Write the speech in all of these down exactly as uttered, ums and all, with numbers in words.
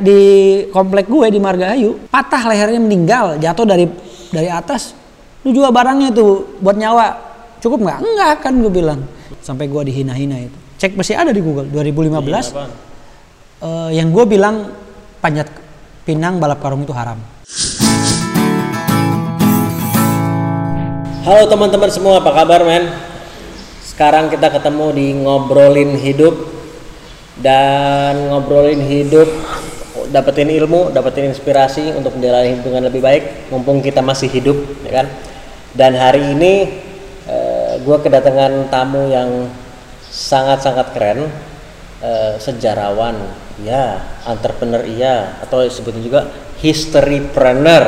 di komplek gue di Margahayu, patah lehernya, meninggal, jatuh dari dari atas. Lu jual barangnya tuh buat nyawa, cukup nggak? Enggak kan gue bilang. Sampai gue dihina-hina itu. Cek masih ada di Google dua ribu lima belas. Uh, yang gue bilang panjat pinang balap karung itu haram. Halo teman-teman semua, apa kabar men? Sekarang kita ketemu di Ngobrolin Hidup. Dan ngobrolin hidup, dapetin ilmu, dapetin inspirasi untuk menjalani hidup dengan lebih baik, mumpung kita masih hidup, ya kan? Dan hari ini eh, gue kedatangan tamu yang sangat-sangat keren, eh, sejarawan, ya, entrepreneur, iya, atau disebutnya juga historypreneur.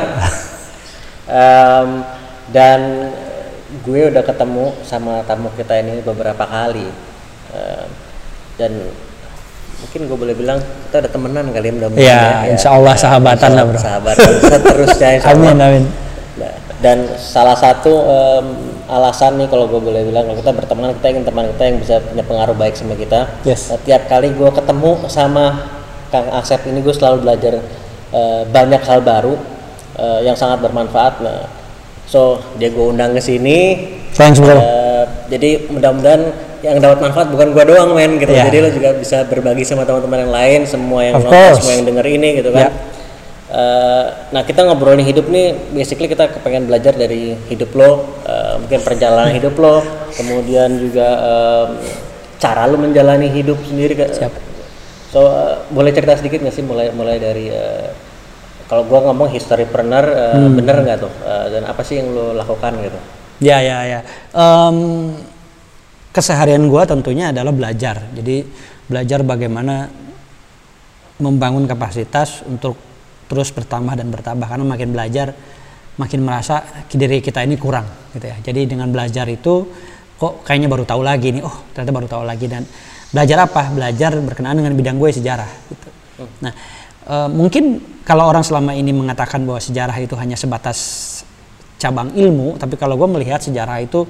um, dan gue udah ketemu sama tamu kita ini beberapa kali, uh, dan mungkin gue boleh bilang kita udah temenan kali ya, mudah-mudahan ya, ya. Insya Allah sahabatan lah bro. Sahabatan seterusnya. Amin amin. Nah, dan salah satu um, alasan nih kalau gue boleh bilang, kalau kita berteman, kita ingin teman kita yang bisa punya pengaruh baik sama kita. Yes. Nah, tiap kali gue ketemu sama Kang Asep ini, gue selalu belajar uh, banyak hal baru uh, yang sangat bermanfaat. Nah, so dia gue undang ke sini. Thanks bro. Uh, jadi mudah-mudahan yang dapat manfaat bukan gua doang men gitu, yeah. Jadi lo juga bisa berbagi sama teman-teman yang lain, semua yang nonton, semua yang denger ini gitu kan. Yeah. Uh, nah kita ngobrolin hidup nih, basically kita kepengen belajar dari hidup lo, uh, mungkin perjalanan hidup lo, kemudian juga uh, cara lo menjalani hidup sendiri. Siap. So uh, boleh cerita sedikit nggak sih mulai mulai dari uh, kalau gua ngomong historypreneur, uh, hmm. bener nggak tuh, uh, dan apa sih yang lo lakukan gitu? Ya ya ya. Um, Keseharian gue tentunya adalah belajar. Jadi belajar bagaimana membangun kapasitas untuk terus bertambah dan bertambah. Karena makin belajar, makin merasa diri kita ini kurang, gitu ya. Jadi dengan belajar itu, kok kayaknya baru tahu lagi nih. Oh ternyata baru tahu lagi. Dan belajar apa? Belajar berkenaan dengan bidang gue, sejarah. Gitu. Nah e, mungkin kalau orang selama ini mengatakan bahwa sejarah itu hanya sebatas cabang ilmu, tapi kalau gue melihat sejarah itu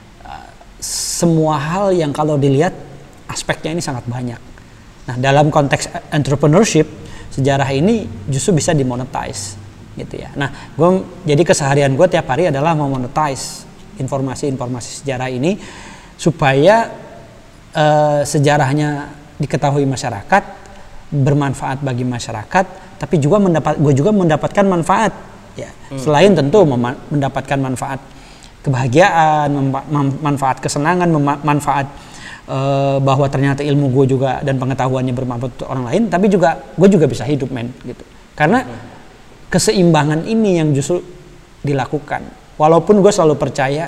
semua hal yang kalau dilihat aspeknya ini sangat banyak. Nah dalam konteks entrepreneurship, sejarah ini justru bisa dimonetize gitu ya. Nah gue jadi keseharian gue tiap hari adalah memonetize informasi-informasi sejarah ini supaya uh, sejarahnya diketahui masyarakat, bermanfaat bagi masyarakat, tapi juga mendapat gue juga mendapatkan manfaat ya. Hmm. Selain tentu mem- mendapatkan manfaat kebahagiaan, mem- manfaat kesenangan, mem- manfaat uh, bahwa ternyata ilmu gue juga dan pengetahuannya bermanfaat untuk orang lain, tapi juga gue juga bisa hidup men gitu. Karena keseimbangan ini yang justru dilakukan. Walaupun gue selalu percaya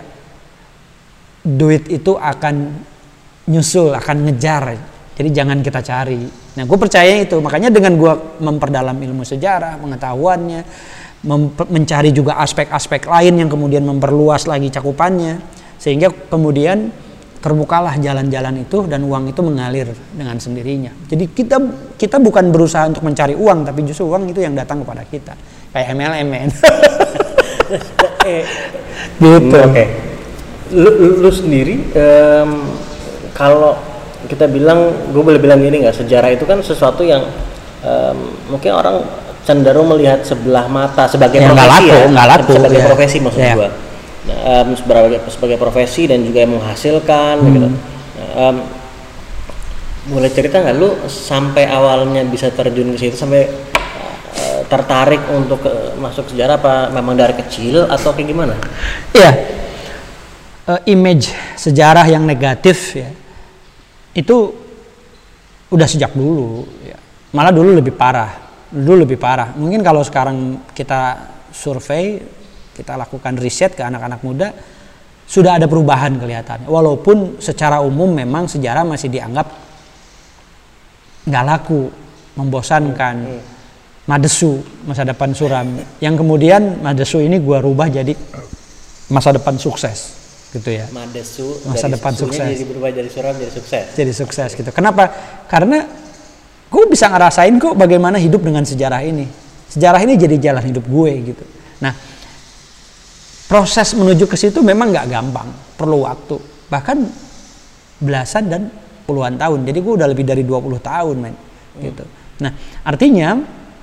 duit itu akan nyusul, akan ngejar. Jadi jangan kita cari. Nah gue percaya itu, makanya dengan gue memperdalam ilmu sejarah, pengetahuannya, Mem- mencari juga aspek-aspek lain yang kemudian memperluas lagi cakupannya, sehingga kemudian terbukalah jalan-jalan itu dan uang itu mengalir dengan sendirinya. Jadi kita kita bukan berusaha untuk mencari uang, tapi justru uang itu yang datang kepada kita, kayak M L M men. Gitu. Oke. Okay. Lu, lu, lu sendiri um, kalau kita bilang, gue boleh bilang gini nggak, sejarah itu kan sesuatu yang um, mungkin orang cenderung melihat sebelah mata sebagai ya, profesi laku, ya, laku, sebagai ya. profesi maksud ya. Gua. Nah, um, sebagai sebagai profesi dan juga yang menghasilkan, hmm. gitu. Nah, um, boleh cerita nggak lu sampai awalnya bisa terjun ke situ, sampai uh, tertarik untuk uh, masuk sejarah, apa memang dari kecil atau kayak gimana? Iya, uh, image sejarah yang negatif ya itu udah sejak dulu, ya. Malah dulu lebih parah. Dulu lebih parah. Mungkin kalau sekarang kita survei, kita lakukan riset ke anak-anak muda, sudah ada perubahan kelihatannya. Walaupun secara umum memang sejarah masih dianggap nggak laku, membosankan, hmm. madesu, masa depan suram. Yang kemudian madesu ini gua rubah jadi masa depan sukses, gitu ya. Madesu, masa depan sukses. Jadi berubah dari suram jadi sukses. Jadi sukses gitu. Kenapa? Karena gue bisa ngerasain kok bagaimana hidup dengan sejarah ini. Sejarah ini jadi jalan hidup gue gitu. Nah, proses menuju ke situ memang nggak gampang, perlu waktu. Bahkan belasan dan puluhan tahun. Jadi gue udah lebih dari dua puluh tahun, men. Gitu. Nah, artinya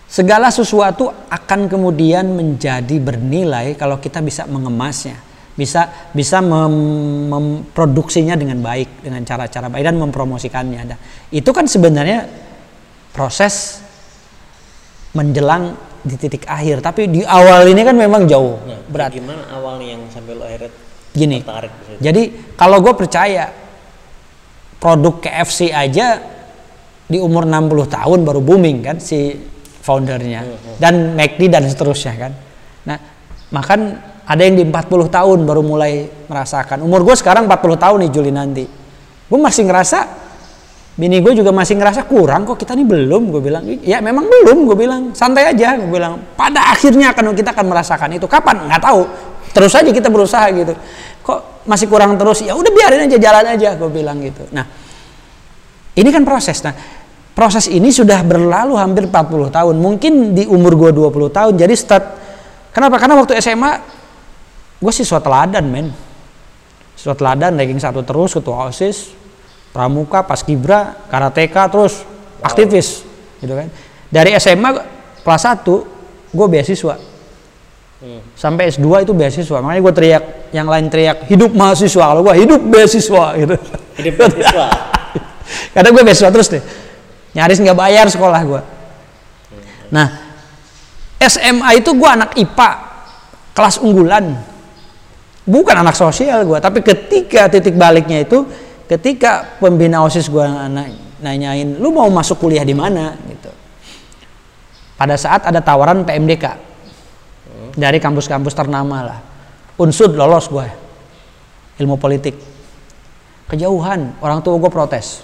segala sesuatu akan kemudian menjadi bernilai kalau kita bisa mengemasnya, bisa bisa mem- memproduksinya dengan baik, dengan cara-cara baik dan mempromosikannya. Nah, itu kan sebenarnya proses menjelang di titik akhir, tapi di awal ini kan memang jauh nah, berat. Gimana awalnya yang sampai lo akhirnya Gini, tertarik? jadi kalau gue percaya produk K F C aja di umur enam puluh tahun baru booming kan si foundernya, hmm. dan McD dan seterusnya kan. Nah, makan ada yang di empat puluh tahun baru mulai merasakan. Umur gue sekarang empat puluh tahun nih Juli nanti. Gue masih ngerasa, bini gue juga masih ngerasa kurang kok, kita nih belum. Gue bilang, ya memang belum. Gue bilang, santai aja. Gue bilang, pada akhirnya akan kita akan merasakan itu. Kapan? Nggak tahu. Terus aja kita berusaha gitu. Kok masih kurang terus? Ya udah biarin aja, jalan aja. Gue bilang gitu. Nah, ini kan proses. Nah, proses ini sudah berlalu hampir empat puluh tahun. Mungkin di umur gue dua puluh tahun. Jadi start. Kenapa? Karena waktu S M A gue siswa teladan, men. Siswa teladan, ranking satu terus, ketua OSIS, pramuka, paskibra, karateka, terus wow. aktivis, gitu kan. Dari S M A kelas satu gue beasiswa. Hmm. Sampai S dua itu beasiswa. Makanya gue teriak, yang lain teriak hidup mahasiswa, kalau gue hidup beasiswa gitu. Hidup beasiswa. Karena gue beasiswa terus deh. Nyaris nggak bayar sekolah gue. Nah, S M A itu gue anak I P A kelas unggulan, bukan anak sosial gue. Tapi ketika titik baliknya itu, ketika pembina OSIS gue nanyain, lu mau masuk kuliah di mana? Gitu. Pada saat ada tawaran P M D K dari kampus-kampus ternama lah, Unsud lolos gue, ilmu politik. Kejauhan, orang tua gue protes.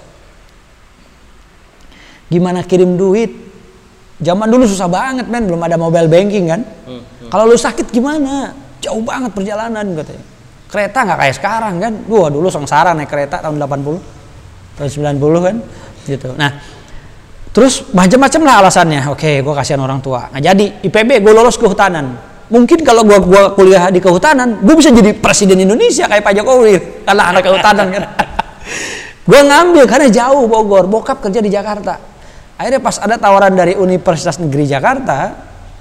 Gimana kirim duit? Zaman dulu susah banget, men, belum ada mobile banking kan. Hmm, hmm. Kalau lu sakit gimana? Jauh banget perjalanan katanya. Kereta nggak kayak sekarang kan. Wah, dulu sengsara naik kereta tahun delapan puluh, tahun sembilan puluh kan, gitu. Nah, terus macam-macam lah alasannya. Oke, gue kasihan orang tua. Nah, jadi I P B gue lolos kehutanan. Mungkin kalau gue gua kuliah di kehutanan, gue bisa jadi presiden Indonesia kayak Pak Jokowi karena anak kehutanan kan. Gue ngambil karena jauh Bogor, bokap kerja di Jakarta. Akhirnya pas ada tawaran dari Universitas Negeri Jakarta,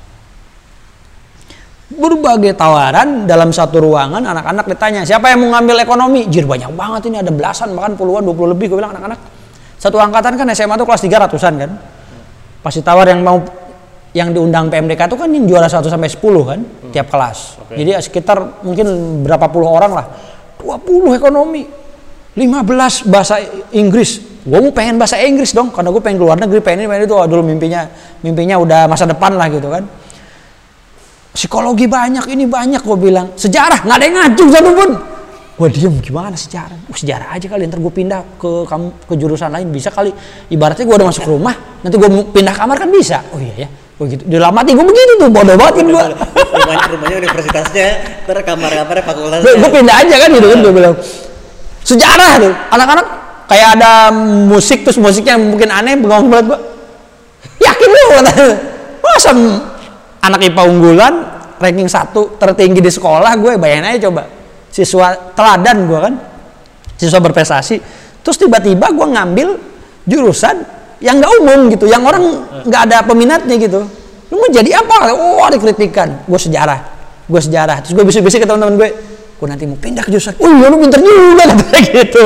berbagai tawaran dalam satu ruangan, anak-anak ditanya siapa yang mau ngambil ekonomi. Jir, banyak banget ini, ada belasan, bahkan puluhan, dua puluh lebih. Gue bilang anak-anak satu angkatan kan S M A tuh kelas tiga ratusan kan. Pas ditawar yang mau, yang diundang P M D K itu kan yang juara satu sampai sepuluh kan, hmm. tiap kelas. Okay. Jadi sekitar mungkin berapa puluh orang lah. dua puluh ekonomi, lima belas bahasa Inggris. Gue mau pengen bahasa Inggris dong, karena gue pengen keluar negeri, pengen ini, pengen itu. Oh, dulu mimpinya, mimpinya udah masa depan lah gitu kan. Psikologi banyak, ini banyak. Gue bilang sejarah nggak ada yang ngaju satu pun. Gue diem, gimana sejarah? Uh, sejarah aja kali, ntar gue pindah ke ke jurusan lain bisa kali. Ibaratnya gue udah masuk rumah, nanti gue pindah kamar kan bisa. Oh iya ya, gue gitu. Di lama gue begitu tuh, bodoh banget kan gue. Rumahnya, rumahnya universitasnya, ntar kamar-kamarnya fakultasnya. Gue pindah aja kan gitu kan, gue bilang sejarah tuh, anak-anak kayak ada musik, terus musiknya mungkin aneh, bengong banget gue. Yakin lu katanya, masa anak I P A unggulan, ranking satu tertinggi di sekolah, gue bayangin aja coba, siswa teladan gue kan, siswa berprestasi, terus tiba-tiba gue ngambil jurusan yang nggak umum gitu, yang orang nggak ada peminatnya gitu. Lu mau jadi apa? Oh, ada kritikan. Gue sejarah, gue sejarah. Terus gue bisik-bisik ke teman-teman gue, gue nanti mau pindah ke jurusan. Oh iya, lu pinter juga katanya gitu.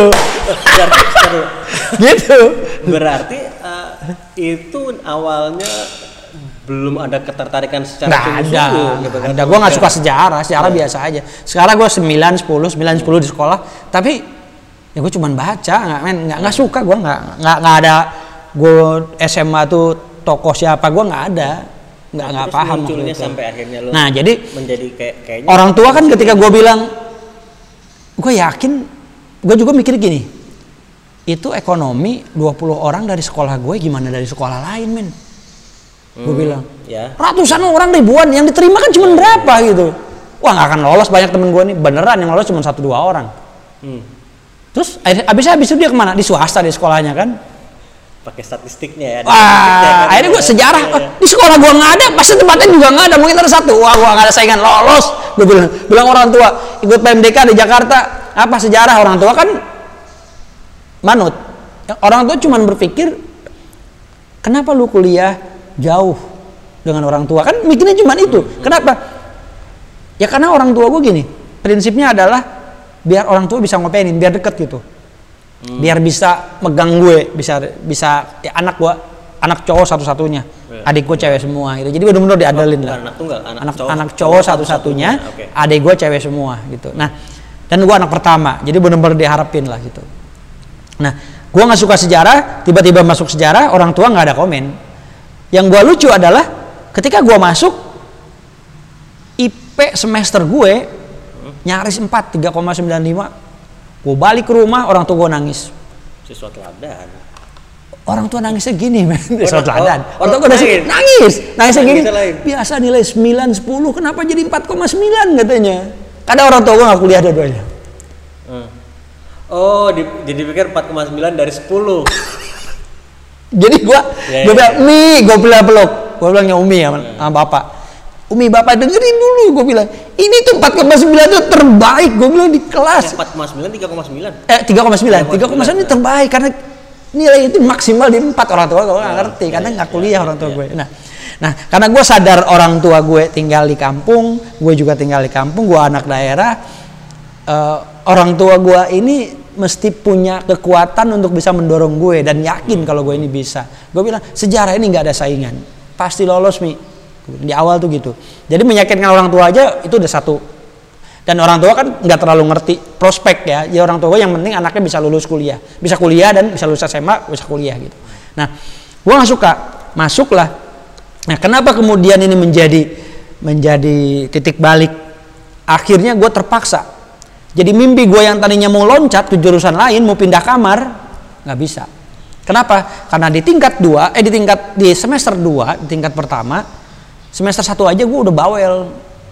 Gitu. Berarti uh, itu awalnya belum ada ketertarikan secara nggak ada, gitu kan? Ada. Gue nggak suka sejarah, sejarah ya. Biasa aja. Sekarang gue sembilan, sepuluh, sembilan, sepuluh di sekolah, tapi ya gue cuman baca, nggak men, nggak nggak suka gue, nggak nggak nggak ada. Gue S M A tuh tokoh siapa, gue nggak ada, nggak nggak nah, paham. Munculnya sampai akhirnya lo nah jadi menjadi kayak kayaknya orang tua kan ketika gue bilang, gue yakin, gue juga mikir gini, itu ekonomi dua puluh orang dari sekolah gue gimana dari sekolah lain, men. Hmm, gue bilang ya. Ratusan orang, ribuan yang diterima kan cuma berapa gitu. Wah, nggak akan lolos, banyak temen gue nih beneran yang lolos cuma satu dua orang. hmm. Terus abisnya abis itu dia kemana? Di swasta, di sekolahnya kan pakai statistiknya ya. Wah, kan, akhirnya gue sejarah, ya, ya. Di sekolah gue nggak ada, pasti tempatnya juga nggak ada, mungkin ada satu. Wah, gue nggak ada saingan, lolos. Gue bilang, bilang orang tua ikut P M D K di Jakarta, apa sejarah. Orang tua kan manut. Orang tua cuma berpikir, kenapa lu kuliah jauh dengan orang tua. Kan mikirnya cuma itu. Hmm. Kenapa? Ya karena orang tua gue gini, prinsipnya adalah biar orang tua bisa ngopenin, biar deket gitu. Hmm. Biar bisa megang gue, bisa bisa ya anak gue, anak cowok satu-satunya. Yeah. Adik gue cewek semua gitu. Jadi benar-benar diadalin oh, lah. Anak tunggal, anak, anak cowok, anak cowok satu-satunya, okay. Adik gue cewek semua gitu. Nah, dan gue anak pertama, jadi benar-benar diharapin lah gitu. Nah, gue nggak suka sejarah, tiba-tiba masuk sejarah, orang tua nggak ada komen. Yang gue lucu adalah ketika gue masuk, I P semester gue nyaris empat, tiga koma sembilan lima. Gue balik ke rumah, orang tua gue nangis. Siswa teladan. Orang tua nangisnya gini, men. Siswa teladan. Oh, orang tua gue nangis, nangis, nangisnya gini. Biasa nilai sembilan, sepuluh, kenapa jadi empat koma sembilan katanya? Karena orang tua gue nggak kuliah dua-duanya. Hmm. Oh, di, jadi pikir empat koma sembilan dari sepuluh. Jadi gue, ya, gue bilang, ya. Mi, gue bilang peluk. Gue bilangnya Umi ya, ya. Sama bapak. Umi, bapak dengerin dulu, gue bilang. Ini tuh empat koma sembilan itu terbaik, gue bilang di kelas. empat koma sembilan, tiga koma sembilan. Eh, tiga koma sembilan. tiga koma sembilan ini terbaik karena nilai itu maksimal di empat. Orang tua gue nggak ngerti, ya, karena nggak kuliah ya, orang tua ya. gue. Nah, nah, karena gue sadar orang tua gue tinggal di kampung, gue juga tinggal di kampung, gue anak daerah. Uh, orang tua gue ini mesti punya kekuatan untuk bisa mendorong gue dan yakin kalau gue ini bisa. Gue bilang sejarah ini nggak ada saingan, pasti lolos Mi. Di awal tuh gitu. Jadi meyakinkan orang tua aja itu udah satu. Dan orang tua kan nggak terlalu ngerti prospek ya. Ya orang tua gue yang penting anaknya bisa lulus kuliah, bisa kuliah dan bisa lulus S M A, bisa kuliah gitu. Nah, gue nggak suka, masuklah. Nah, kenapa kemudian ini menjadi menjadi titik balik? Akhirnya gue terpaksa. Jadi mimpi gue yang tadinya mau loncat ke jurusan lain, mau pindah kamar, nggak bisa. Kenapa? Karena di tingkat dua, eh di tingkat di semester dua, di tingkat pertama, semester satu aja gue udah bawel.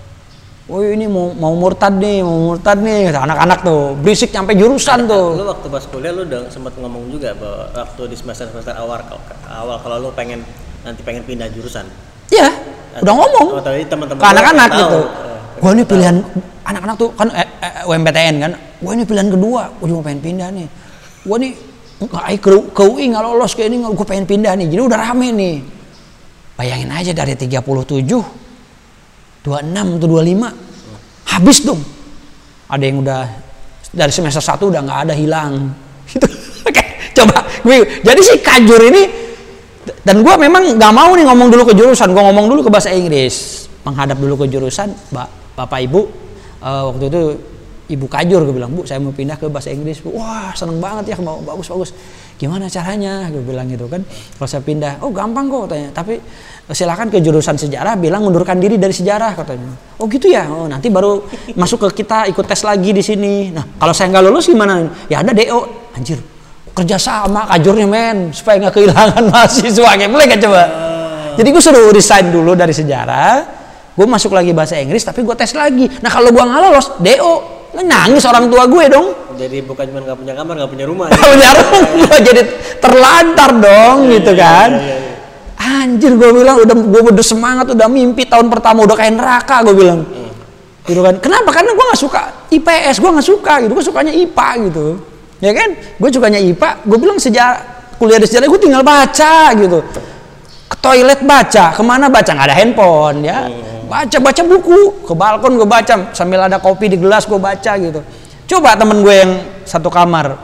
Oh ini mau mau murtad nih, mau murtad nih, anak-anak tuh berisik sampai jurusan tuh. Lu waktu pas kuliah lu udah sempat ngomong juga bahwa waktu di semester semester awal awal kalau lu pengen nanti pengen pindah jurusan. Iya, udah ngomong. Oh, tadi teman-teman ke anak-anak gitu. Eh, gue ini pilihan anak-anak tuh kan eh, eh, U M P T N kan. Gue ini pilihan kedua, gue juga pengen pindah nih. Gue nih nggak ke, ke U I nggak lolos kayak ini, gue pengen pindah nih. Jadi udah rame nih. Bayangin aja dari tiga puluh tujuh, dua puluh enam atau dua puluh lima habis dong. Ada yang udah dari semester satu udah nggak ada, hilang. Gitu. Oke, coba gue. Jadi si Kajur ini, dan gue memang nggak mau nih ngomong dulu ke jurusan, gue ngomong dulu ke bahasa Inggris, menghadap dulu ke jurusan. Bapak Ibu, uh, waktu itu Ibu Kajur, gue bilang, Bu, saya mau pindah ke bahasa Inggris. Wah, seneng banget ya, bagus bagus. Gimana caranya? Gue bilang gitu kan. Kalau saya pindah, oh gampang kok katanya. Tapi silakan ke jurusan sejarah, bilang mundurkan diri dari sejarah katanya. Oh gitu ya. Oh nanti baru masuk ke kita ikut tes lagi di sini. Nah kalau saya nggak lulus gimana? Ya ada D O. Anjir, kerja sama Kajurnya men, supaya nggak kehilangan mahasiswa. Kayak boleh kan coba? Jadi gue suruh resign dulu dari sejarah. Gue masuk lagi bahasa Inggris, tapi gue tes lagi. Nah kalau gue nggak lolos, D O. Nangis orang tua gue dong. Jadi bukan cuma nggak punya kamar, nggak punya rumah. Nggak punya rumah, jadi terlantar dong, ya, gitu kan. Ya, ya, ya. Anjir, gue bilang udah gue udah semangat, udah mimpi tahun pertama udah kayak neraka, gue bilang. Hmm. Gitu kan. Kenapa? Karena gue nggak suka I P S, gue nggak suka gitu. Gue sukanya I P A gitu. Ya kan? Gue sukanya I P A. Gue bilang sejarah, kuliah di sejarah gue tinggal baca gitu. Ke toilet baca, kemana baca, nggak ada handphone ya. Hmm. Baca baca buku, ke balkon gue baca sambil ada kopi di gelas gue baca gitu. Coba temen gue yang satu kamar,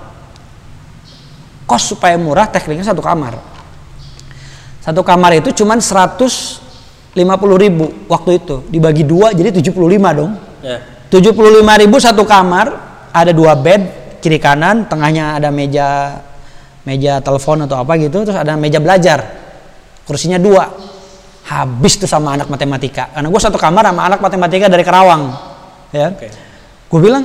kos supaya murah tekniknya satu kamar. Satu kamar itu cuman seratus lima puluh ribu waktu itu, dibagi dua jadi tujuh puluh lima dong. Yeah. tujuh puluh lima ribu satu kamar, ada dua bed kiri kanan, tengahnya ada meja meja telepon atau apa gitu, terus ada meja belajar, kursinya dua. Habis tuh sama anak matematika, karena gue satu kamar sama anak matematika dari Karawang, ya. Okay. Gue bilang,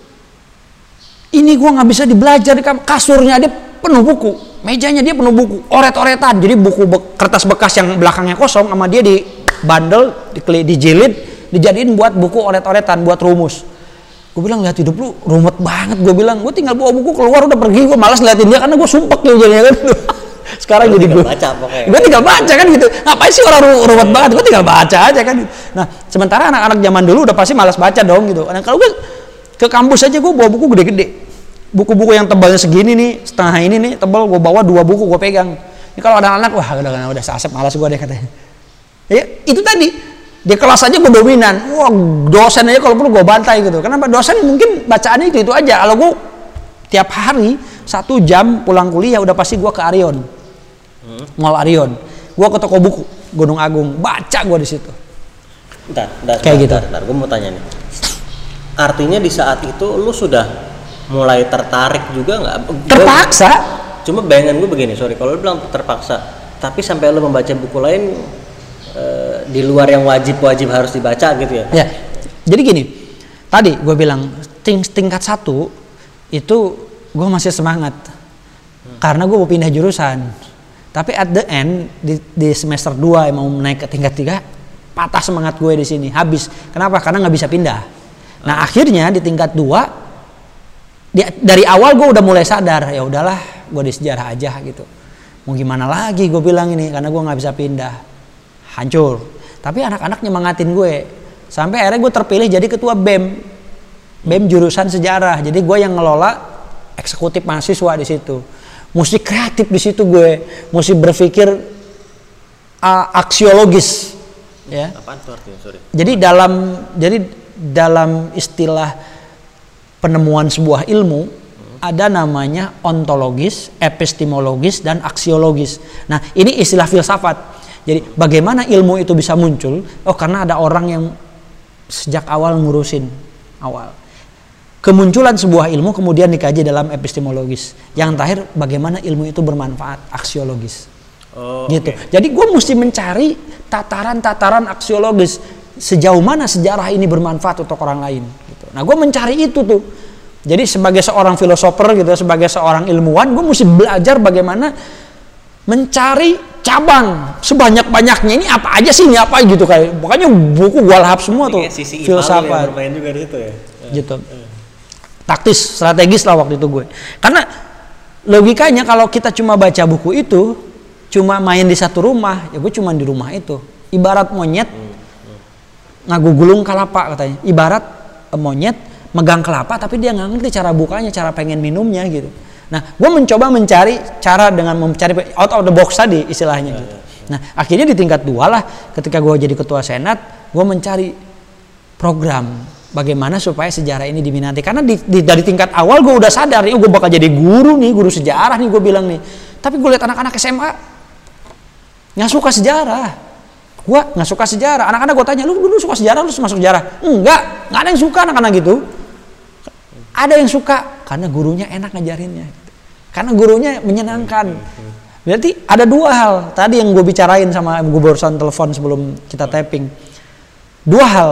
ini gue nggak bisa dibelajar di kamar. Kasurnya dia penuh buku, mejanya dia penuh buku, oret-oretan. Jadi buku be- kertas bekas yang belakangnya kosong sama dia di bandel, di, dijilid, dijadiin buat buku oret-oretan, buat rumus. Gue bilang, lihat hidup lu rumet banget. Gue bilang, gue tinggal bawa buku keluar udah pergi, gue malas liatin dia karena gue sumpek ya jadinya kan. Sekarang jadi gue gue tinggal baca kan gitu. Ngapain sih orang ru- ruwet banget, gue tinggal baca aja kan. Nah sementara anak-anak zaman dulu udah pasti malas baca dong gitu. Nah kalau gue ke kampus aja gue bawa buku gede-gede, buku-buku yang tebalnya segini nih, setengah ini nih tebal, gue bawa dua buku gue pegang. Ini kalau ada anak, wah udah udah, udah seasep, malas gue deh katanya. Ya, itu tadi di kelas aja gue dominan. Wah, dosen aja kalau perlu gue bantai gitu. Kenapa? Dosen mungkin bacaannya itu itu aja. Kalau gue tiap hari satu jam pulang kuliah udah pasti gue ke Arion, hmm. Mall Arion. Gue ke toko buku Gunung Agung, baca gue di situ. Bentar, bentar, kayak bentar, gitu. Bentar, gue mau tanya nih. Artinya di saat itu lu sudah mulai tertarik juga nggak? Terpaksa. Cuma bayangan gue begini, sorry kalau lu bilang terpaksa, tapi sampai lu membaca buku lain Uh, di luar yang wajib-wajib harus dibaca gitu ya? Ya, jadi gini, tadi gue bilang ting tingkat satu itu gue masih semangat hmm. karena gue mau pindah jurusan. Tapi at the end di, di semester dua mau naik ke tingkat tiga patah semangat gue di sini, habis. Kenapa? Karena nggak bisa pindah. Nah hmm. akhirnya di tingkat dua di, dari awal gue udah mulai sadar ya udahlah gue di sejarah aja gitu. Mau gimana lagi gue bilang ini karena gue nggak bisa pindah. Hancur. Tapi anak-anak nyemangatin gue sampai akhirnya gue terpilih jadi ketua B E M B E M jurusan sejarah. Jadi gue yang ngelola eksekutif mahasiswa di situ. Mesti kreatif di situ gue, mesti berpikir uh, aksiologis ya. Apaan tuh artinya? Sorry. Jadi dalam jadi dalam istilah penemuan sebuah ilmu hmm. ada namanya ontologis, epistemologis dan aksiologis. Nah, ini istilah filsafat. Jadi bagaimana ilmu itu bisa muncul? Oh, karena ada orang yang sejak awal ngurusin awal. Kemunculan sebuah ilmu kemudian dikaji dalam epistemologis. Yang terakhir bagaimana ilmu itu bermanfaat, aksiologis. Oh, gitu. Okay. Jadi gue mesti mencari tataran-tataran aksiologis. Sejauh mana sejarah ini bermanfaat untuk orang lain. Gitu. Nah, gue mencari itu tuh. Jadi sebagai seorang filosofer gitu, sebagai seorang ilmuwan, gue mesti belajar bagaimana mencari cabang sebanyak-banyaknya ini apa aja sih ini apa gitu kayak pokoknya buku gua lahap semua tuh filsafat bermain juga di situ ya gitu taktis strategis lah waktu itu gue karena logikanya kalau kita cuma baca buku itu cuma main di satu rumah ya gue cuma di rumah itu ibarat monyet hmm, hmm. ngagugulung kelapa katanya ibarat monyet megang kelapa tapi dia nggak ngerti cara bukanya cara pengen minumnya gitu. Nah, gue mencoba mencari cara dengan mencari out of the box tadi istilahnya ya, gitu. Ya. Nah, akhirnya di tingkat dua lah, ketika gue jadi ketua senat, gue mencari program bagaimana supaya sejarah ini diminati. Karena di, di, dari tingkat awal gue udah sadar, oh, gue bakal jadi guru nih, guru sejarah nih gue bilang nih. Tapi gue lihat anak-anak S M A nggak suka sejarah. Gue nggak suka sejarah. Anak-anak gue tanya, lu dulu suka sejarah, lu masuk sejarah? Enggak, nggak ada yang suka anak-anak gitu. Ada yang suka karena gurunya enak ngajarinnya, karena gurunya menyenangkan. Berarti ada dua hal tadi yang gue bicarain sama gue barusan telepon sebelum kita tapping. Dua hal,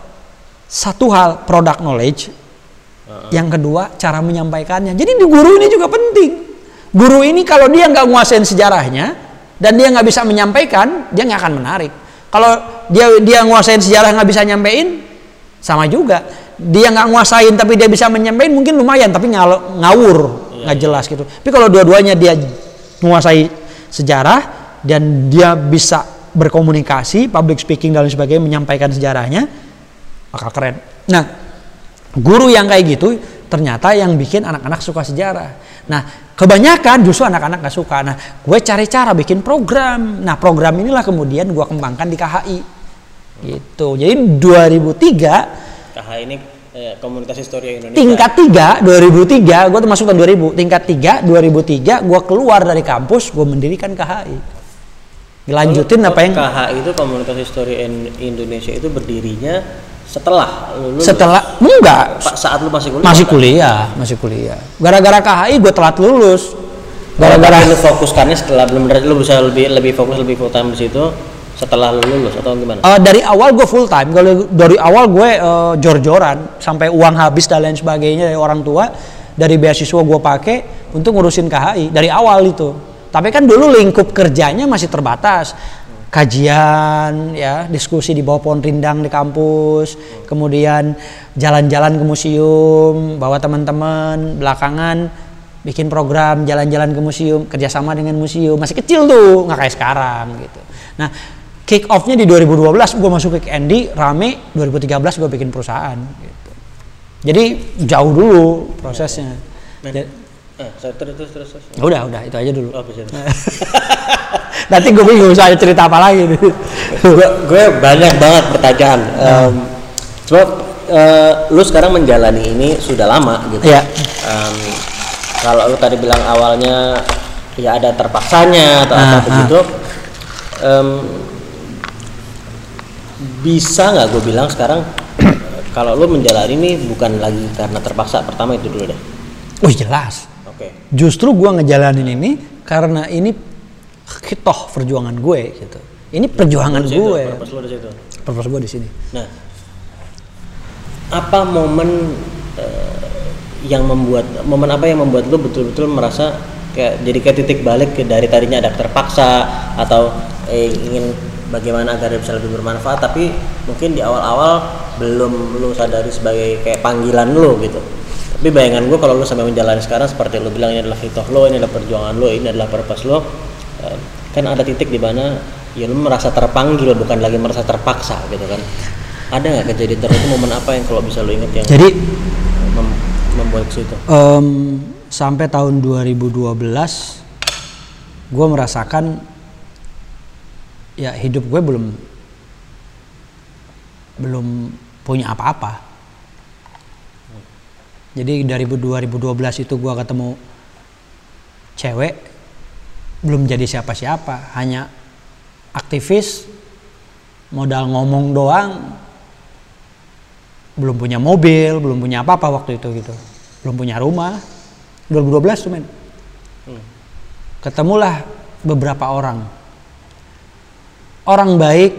satu hal product knowledge, yang kedua cara menyampaikannya. Jadi di guru ini juga penting. Guru ini kalau dia nggak nguasain sejarahnya dan dia nggak bisa menyampaikan, dia nggak akan menarik. Kalau dia dia nguasain sejarah nggak bisa nyampein, sama juga. Dia nggak nguasain tapi dia bisa menyampaikan mungkin lumayan tapi ngal- ngawur nggak ya, jelas gitu. Tapi kalau dua-duanya dia menguasai sejarah dan dia bisa berkomunikasi, public speaking dan sebagainya, menyampaikan sejarahnya, bakal keren. Nah, guru yang kayak gitu ternyata yang bikin anak-anak suka sejarah. Nah, kebanyakan justru anak-anak nggak suka. Nah, gue cari cara bikin program. Nah, program inilah kemudian gue kembangkan di K H I. Gitu. Jadi dua ribu tiga K H I ini eh, Komunitas Historia Indonesia. Tingkat tiga dua ribu tiga, gue termasuk tahun dua ribu. Tingkat tiga dua ribu tiga, gue keluar dari kampus, gue mendirikan K H I. Dilanjutin oh, apa yang K H I itu Komunitas Historia Indonesia itu berdirinya setelah lulus. Setelah enggak saat lu masih kuliah. Masih kuliah, kan? masih kuliah. Gara-gara K H I gue telat lulus. Gara-gara lu fokuskannya setelah belum lu bisa lebih lebih fokus lebih full time di situ. Setelah lu lulus atau gimana? Uh, dari awal gue full time, dari awal gue uh, jor-joran sampai uang habis dan lain sebagainya dari orang tua, dari beasiswa gue pakai untuk ngurusin K H I dari awal itu. Tapi kan dulu lingkup kerjanya masih terbatas, kajian, ya diskusi di bawah pohon rindang di kampus, kemudian jalan-jalan ke museum, bawa teman-teman, belakangan bikin program jalan-jalan ke museum, kerjasama dengan museum, masih kecil tuh, nggak kayak sekarang gitu. Nah, kick off-nya di dua ribu dua belas gue masuk ke Andy, rame. Dua ribu tiga belas gue bikin perusahaan gitu. Jadi jauh dulu prosesnya. Men, Eh, sorry, terus terus terus. terus. Udah, udah itu aja dulu. Oh, bisa. Nanti gue bingung saya cerita apa lagi nih. gue, gue banyak banget pertanyaan. Um, coba uh, lu sekarang menjalani ini sudah lama gitu. Iya. Um, kalau lu tadi bilang awalnya ya ada terpaksanya atau ah, apa ah. begitu, um, bisa nggak gue bilang sekarang kalau lu menjalani ini bukan lagi karena terpaksa, pertama itu dulu deh. Oh jelas. Oke. Okay. Justru gue ngejalanin ini karena ini hitoh perjuangan gue gitu. Ini perjuangan Purpose gue. Purpose lu di situ. Purpose gue di sini. Nah, apa momen uh, yang membuat momen apa yang membuat lu betul-betul merasa kayak jadi kayak titik balik ke dari tadinya ada terpaksa atau eh, ingin bagaimana agar bisa lebih bermanfaat, tapi mungkin di awal-awal belum lu sadari sebagai kayak panggilan lu gitu. Tapi bayangan gue kalau lu sampai menjalani sekarang seperti lu bilang ini adalah hitoh lo, ini adalah perjuangan lo, ini adalah purpose lo, kan ada titik di mana ya lu merasa terpanggil bukan lagi merasa terpaksa gitu kan. Ada nggak kejadian tertentu momen apa yang kalau bisa lu inget yang jadi mem- membuat situ? Um, sampai tahun dua ribu dua belas gue merasakan ya hidup gue belum belum punya apa-apa. Jadi dari dua ribu dua belas itu gue ketemu cewek, belum jadi siapa-siapa, hanya aktivis, modal ngomong doang, belum punya mobil, belum punya apa-apa waktu itu gitu, belum punya rumah. dua ribu dua belas tuh men. Hmm. Ketemulah beberapa orang, orang baik,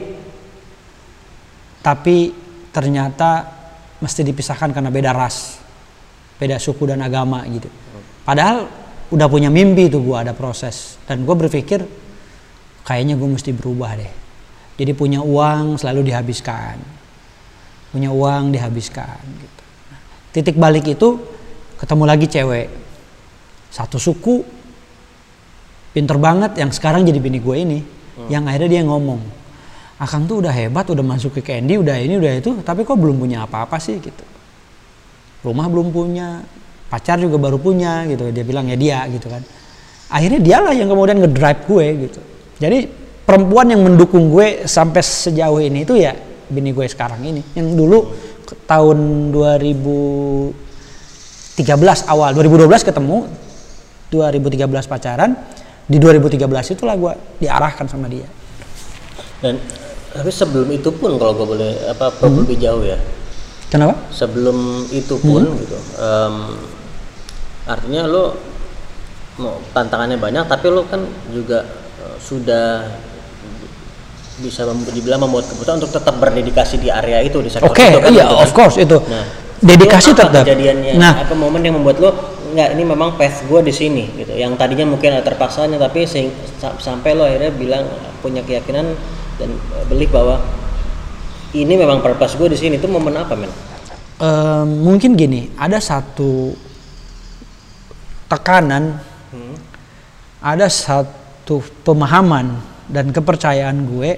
tapi ternyata mesti dipisahkan karena beda ras, beda suku dan agama gitu. Padahal udah punya mimpi tuh gue, ada proses, dan gue berpikir kayaknya gue mesti berubah deh. Jadi punya uang selalu dihabiskan, punya uang dihabiskan gitu. Titik balik itu ketemu lagi cewek satu suku, pinter banget, yang sekarang jadi bini gue ini. Hmm. Yang akhirnya dia ngomong, Akang tuh udah hebat, udah masuk ke Candy, udah ini udah itu, tapi kok belum punya apa-apa sih gitu. Rumah belum punya, pacar juga baru punya gitu. Dia bilang ya dia gitu kan. Akhirnya dialah yang kemudian ngedrive gue gitu. Jadi perempuan yang mendukung gue sampai sejauh ini itu ya bini gue sekarang ini. Yang dulu tahun dua ribu tiga belas awal, dua ribu dua belas ketemu, dua ribu tiga belas pacaran, di dua ribu tiga belas itulah gue diarahkan sama dia. Dan tapi sebelum itu pun kalau gue boleh apa hmm. lebih jauh ya. Kenapa? Sebelum itu pun hmm. gitu, um, artinya lo mau tantangannya banyak, tapi lo kan juga uh, sudah bisa mem- dibilang membuat keputusan untuk tetap berdedikasi di area itu, di sektor okay, itu kan. Iya, gitu, of kan? course itu. Nah, dedikasi apa tetap. Kejadiannya, nah, apa momen yang membuat lo nggak ini memang path gue di sini gitu. Yang tadinya mungkin ada terpaksanya, tapi sing, sampai lo akhirnya bilang punya keyakinan dan belief bahwa ini memang purpose gue di sini. Itu momen apa men? Um, mungkin gini, ada satu tekanan, hmm. ada satu pemahaman dan kepercayaan gue,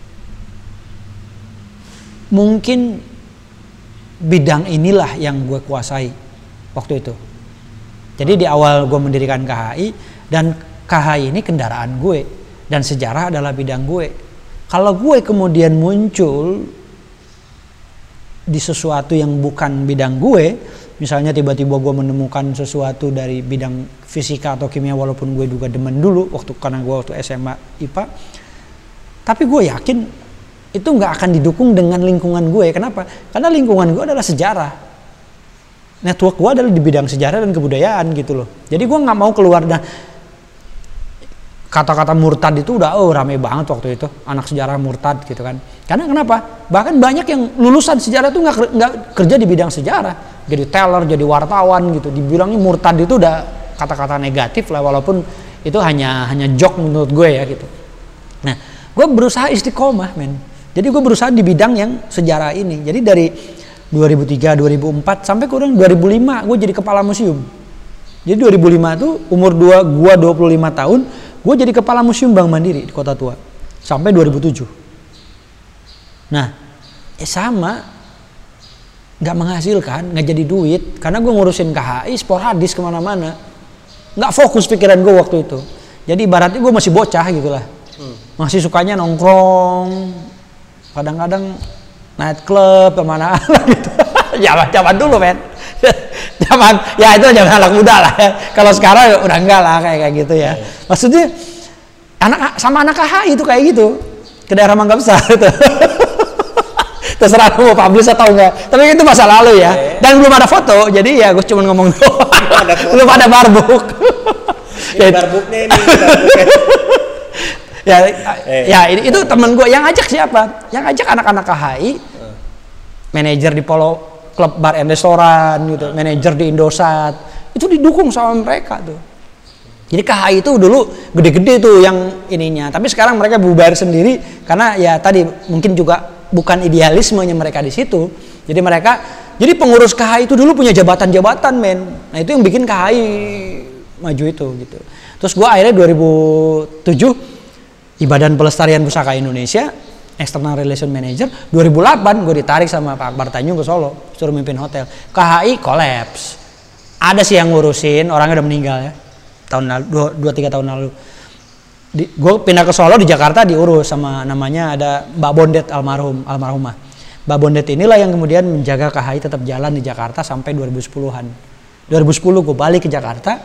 mungkin bidang inilah yang gue kuasai waktu itu. Jadi di awal gue mendirikan K H I, dan K H I ini kendaraan gue dan sejarah adalah bidang gue. Kalau gue kemudian muncul di sesuatu yang bukan bidang gue, misalnya tiba-tiba gue menemukan sesuatu dari bidang fisika atau kimia, walaupun gue juga demen dulu waktu karena gue waktu S M A I P A, tapi gue yakin itu nggak akan didukung dengan lingkungan gue. Kenapa? Karena lingkungan gue adalah sejarah, network gue adalah di bidang sejarah dan kebudayaan gitu loh. Jadi gue nggak mau keluar. Nah, kata-kata murtad itu udah oh rame banget waktu itu, anak sejarah murtad gitu kan. Karena kenapa? Bahkan banyak yang lulusan sejarah itu nggak nggak kerja di bidang sejarah, jadi teller, jadi wartawan gitu. Dibilangnya murtad itu udah kata-kata negatif lah, walaupun itu hanya hanya joke menurut gue ya gitu. Nah, gue berusaha istiqomah men. Jadi gue berusaha di bidang yang sejarah ini. Jadi dari dua ribu tiga, dua ribu empat sampai kurang dua ribu lima gue jadi kepala museum. Jadi dua ribu lima tuh umur dua gue dua puluh lima tahun, gue jadi kepala museum Bank Mandiri di Kota Tua sampai dua ribu tujuh. Nah, eh sama, nggak menghasilkan, nggak jadi duit, karena gue ngurusin K H I sporadis kemana-mana. nggak fokus pikiran gue waktu itu. Jadi ibaratnya gue masih bocah gitu lah, hmm. masih sukanya nongkrong, kadang-kadang night club kemana gitu. Zaman zaman dulu men, zaman ya itu zaman anak muda lah. Ya. Kalau sekarang udah enggak lah kayak kayak gitu ya. Maksudnya anak sama anak K H I itu kayak gitu ke daerah Mangga Besar itu. Terserah mau publish atau enggak, tapi itu masa lalu ya. Dan belum ada foto, jadi ya gue cuma ngomong doang. Belum ada barbuk. Ini barbuknya ini. Barbuknya. ya, eh. ya itu temen gue yang ajak siapa? Yang ajak anak-anak K H I, hmm. manajer di Polo klub bar and restoran gitu, hmm. manajer di Indosat, itu didukung sama mereka tuh. Jadi K H I itu dulu gede-gede tuh yang ininya, tapi sekarang mereka bubar sendiri karena ya tadi mungkin juga bukan idealismenya mereka di situ. Jadi mereka, jadi pengurus K H I itu dulu punya jabatan-jabatan men. Nah itu yang bikin K H I maju itu gitu. Terus gue akhirnya dua ribu tujuh di Badan Pelestarian Pusaka Indonesia, External Relation Manager. dua ribu delapan gue ditarik sama Pak Akbar Tanjung ke Solo, suruh mimpin hotel. K H I kolaps. Ada sih yang ngurusin, orangnya udah meninggal ya. Tahun lalu, dua tiga tahun lalu. Gue pindah ke Solo, di Jakarta diurus sama namanya ada Mbak Bondet almarhum almarhumah. Mbak Bondet inilah yang kemudian menjaga K H I tetap jalan di Jakarta sampai dua ribu sepuluhan. dua ribu sepuluh gue balik ke Jakarta,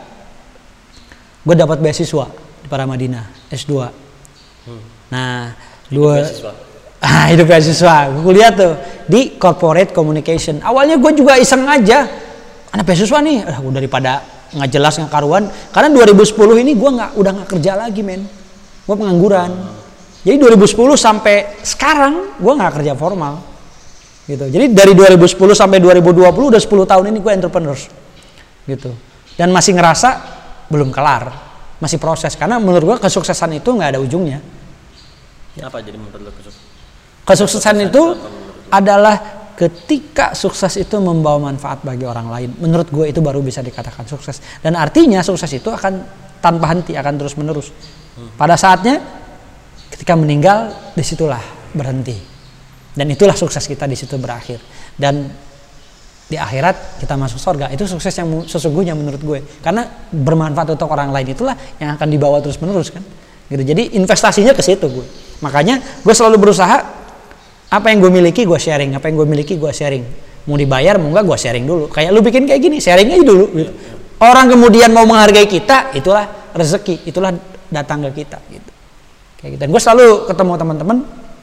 gue dapat beasiswa di Paramadina S dua. Hmm. Nah, dua ah itu beasiswa. Gue kuliah tuh di Corporate Communication. Awalnya gue juga iseng aja, anak beasiswa nih, ah, daripada nggak jelas nggak karuan. Karena dua ribu sepuluh ini gue nggak udah nggak kerja lagi men, gue pengangguran. Jadi dua ribu sepuluh sampai sekarang gue nggak kerja formal, gitu. Jadi dari dua ribu sepuluh sampai dua ribu dua puluh udah sepuluh tahun ini gue entrepreneurs, gitu. Dan masih ngerasa belum kelar, masih proses. Karena menurut gue kesuksesan itu nggak ada ujungnya. Apa jadi menurut lo kesuksesan? Kesuksesan itu adalah ketika sukses itu membawa manfaat bagi orang lain. Menurut gue itu baru bisa dikatakan sukses. Dan artinya sukses itu akan tanpa henti, akan terus menerus. Pada saatnya ketika meninggal, disitulah berhenti. Dan itulah sukses kita di situ berakhir. Dan di akhirat kita masuk surga. Itu sukses yang sesungguhnya menurut gue. Karena bermanfaat untuk orang lain itulah yang akan dibawa terus menerus kan. Gitu. Jadi investasinya ke situ gue. Makanya gue selalu berusaha apa yang gue miliki gue sharing, apa yang gue miliki gue sharing. Mau dibayar mau enggak gue sharing dulu. Kayak lu bikin kayak gini, sharing aja dulu gitu. Orang kemudian mau menghargai kita, itulah rezeki, itulah datang ke kita gitu. Kayak gitu. Dan gue selalu ketemu teman-teman,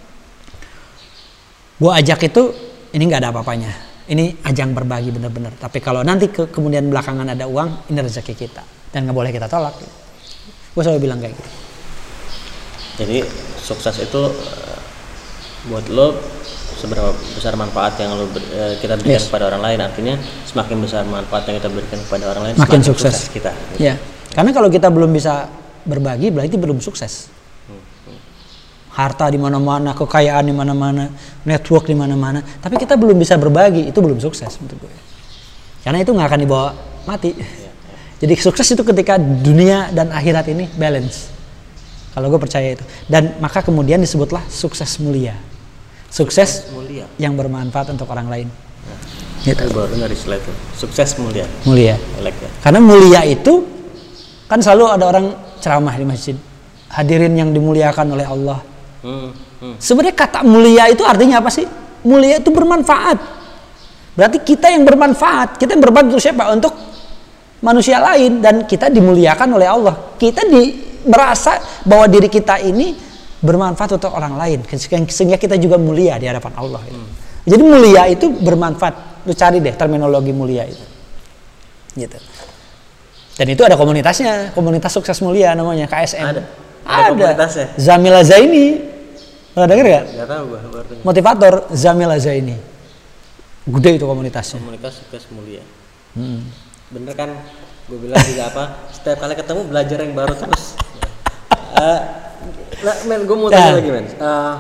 gue ajak itu, ini nggak ada apa-apanya. Ini ajang berbagi bener-bener. Tapi kalau nanti ke, kemudian belakangan ada uang, ini rezeki kita dan nggak boleh kita tolak. Gitu. Gue selalu bilang kayak gitu. Jadi sukses itu buat lo seberapa besar manfaat yang lo eh, kita berikan yes. kepada orang lain, artinya semakin besar manfaat yang kita berikan kepada orang lain makin semakin sukses, sukses kita. Gitu. Ya, karena kalau kita belum bisa berbagi berarti belum sukses. Hmm. Hmm. Harta di mana-mana, kekayaan di mana-mana, network di mana-mana, tapi kita belum bisa berbagi, itu belum sukses menurut gue. Karena itu nggak akan dibawa mati. Ya, ya. Jadi sukses itu ketika dunia dan akhirat ini balance. Kalau gue percaya itu. Dan maka kemudian disebutlah sukses mulia. Sukses mulia yang bermanfaat untuk orang lain. Nah, gitu. Baru dari slide itu. Sukses mulia. Mulia. Like ya. Karena mulia itu kan selalu ada orang ceramah di masjid. Hadirin yang dimuliakan oleh Allah. Hmm, hmm. Sebenarnya kata mulia itu artinya apa sih? Mulia itu bermanfaat. Berarti kita yang bermanfaat. Kita yang bermanfaat untuk siapa? Untuk manusia lain. Dan kita dimuliakan oleh Allah. Kita di merasa bahwa diri kita ini bermanfaat untuk orang lain sehingga kita juga mulia di hadapan Allah. Hmm. Jadi mulia itu bermanfaat. Lu cari deh terminologi mulia itu. Gitu. Dan itu ada komunitasnya, komunitas sukses mulia namanya K S M. Ada. Ada, ada. Komunitasnya. Zamila Zaini. Pernah denger enggak? Enggak tahu gua, baru dengar. Motivator Zamila Zaini. Gede itu komunitasnya. Komunitas sukses mulia. Hmm. Bener kan? Gue bilang juga apa? Setiap kali ketemu belajar yang baru terus. Uh, nah, men, gue mau tanya nah. lagi men. Uh,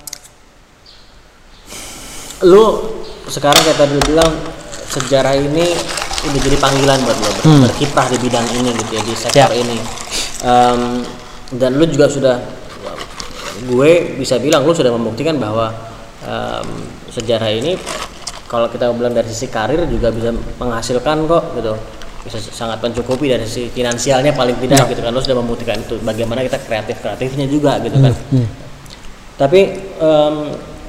lu sekarang kayak tadi lu bilang sejarah ini udah jadi panggilan buat lo hmm. berkiprah di bidang ini gitu ya, di sektor yeah. ini. Um, dan lu juga sudah, gue bisa bilang lu sudah membuktikan bahwa um, sejarah ini kalau kita bilang dari sisi karir juga bisa menghasilkan kok gitu. bisa sangat mencukupi dari sisi finansialnya paling tidak ya. gitu kan, lo sudah membuktikan itu. Bagaimana kita kreatif kreatifnya juga gitu kan. Hmm, hmm. Tapi um,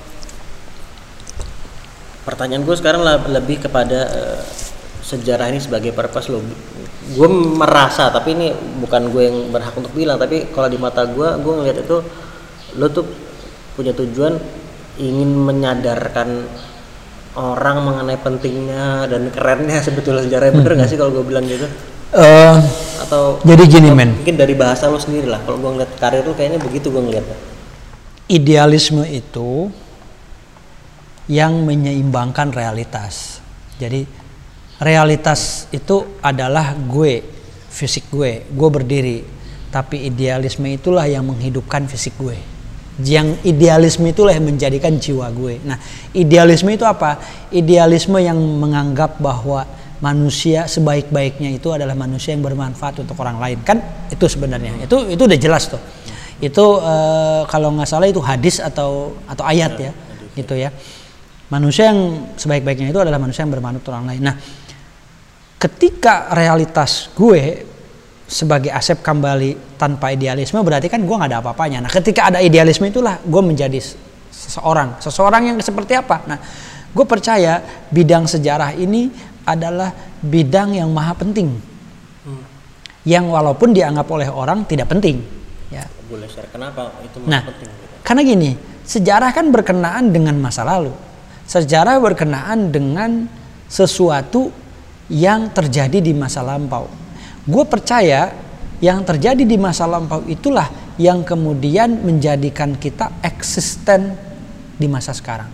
pertanyaan gue sekarang lebih kepada uh, sejarah ini sebagai purpose lo. Gue merasa, tapi ini bukan gue yang berhak untuk bilang, tapi kalau di mata gue, gue ngeliat itu lo tuh punya tujuan ingin menyadarkan orang mengenai pentingnya dan kerennya sebetulnya sejarah. Bener nggak hmm. sih kalau gue bilang gitu? Uh, atau jadi gini men, mungkin dari bahasa lo sendiri lah. Kalau gue ngeliat karir lo kayaknya begitu gue ngeliatnya. Idealisme itu yang menyeimbangkan realitas. Jadi realitas itu adalah gue, fisik gue, gue berdiri. Tapi idealisme itulah yang menghidupkan fisik gue. Yang idealisme itulah yang menjadikan jiwa gue. Nah, idealisme itu apa? Idealisme yang menganggap bahwa manusia sebaik-baiknya itu adalah manusia yang bermanfaat untuk orang lain. Kan itu sebenarnya. Itu itu udah jelas tuh. Itu uh, kalau nggak salah itu hadis atau atau ayat ya, gitu ya. Manusia yang sebaik-baiknya itu adalah manusia yang bermanfaat untuk orang lain. Nah, ketika realitas gue sebagai Asep kembali tanpa idealisme, berarti kan gue nggak ada apa-apanya. Nah, ketika ada idealisme itulah gue menjadi seseorang, seseorang yang seperti apa. Nah, gue percaya bidang sejarah ini adalah bidang yang maha penting, hmm. yang walaupun dianggap oleh orang tidak penting. Ya. Boleh share kenapa itu maha nah, penting? Gitu. Karena gini, sejarah kan berkenaan dengan masa lalu. Sejarah berkenaan dengan sesuatu yang terjadi di masa lampau. Gue percaya yang terjadi di masa lampau itulah yang kemudian menjadikan kita eksisten di masa sekarang.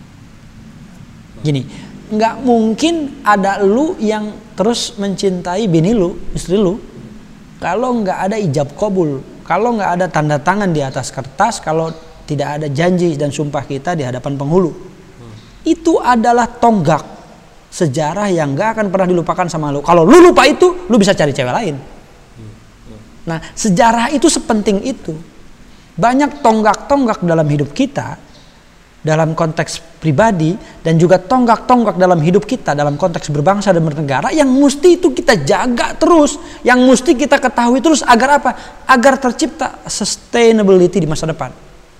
Gini, nggak mungkin ada lu yang terus mencintai bini lu, istri lu, kalau nggak ada ijab kabul, kalau nggak ada tanda tangan di atas kertas, kalau tidak ada janji dan sumpah kita di hadapan penghulu. Itu adalah tonggak sejarah yang gak akan pernah dilupakan sama lu. Kalau lu lupa itu, lu bisa cari cewek lain. Nah, sejarah itu sepenting itu. Banyak tonggak-tonggak dalam hidup kita, dalam konteks pribadi, dan juga tonggak-tonggak dalam hidup kita, dalam konteks berbangsa dan bernegara, yang mesti itu kita jaga terus, yang mesti kita ketahui terus, agar apa? Agar tercipta sustainability di masa depan.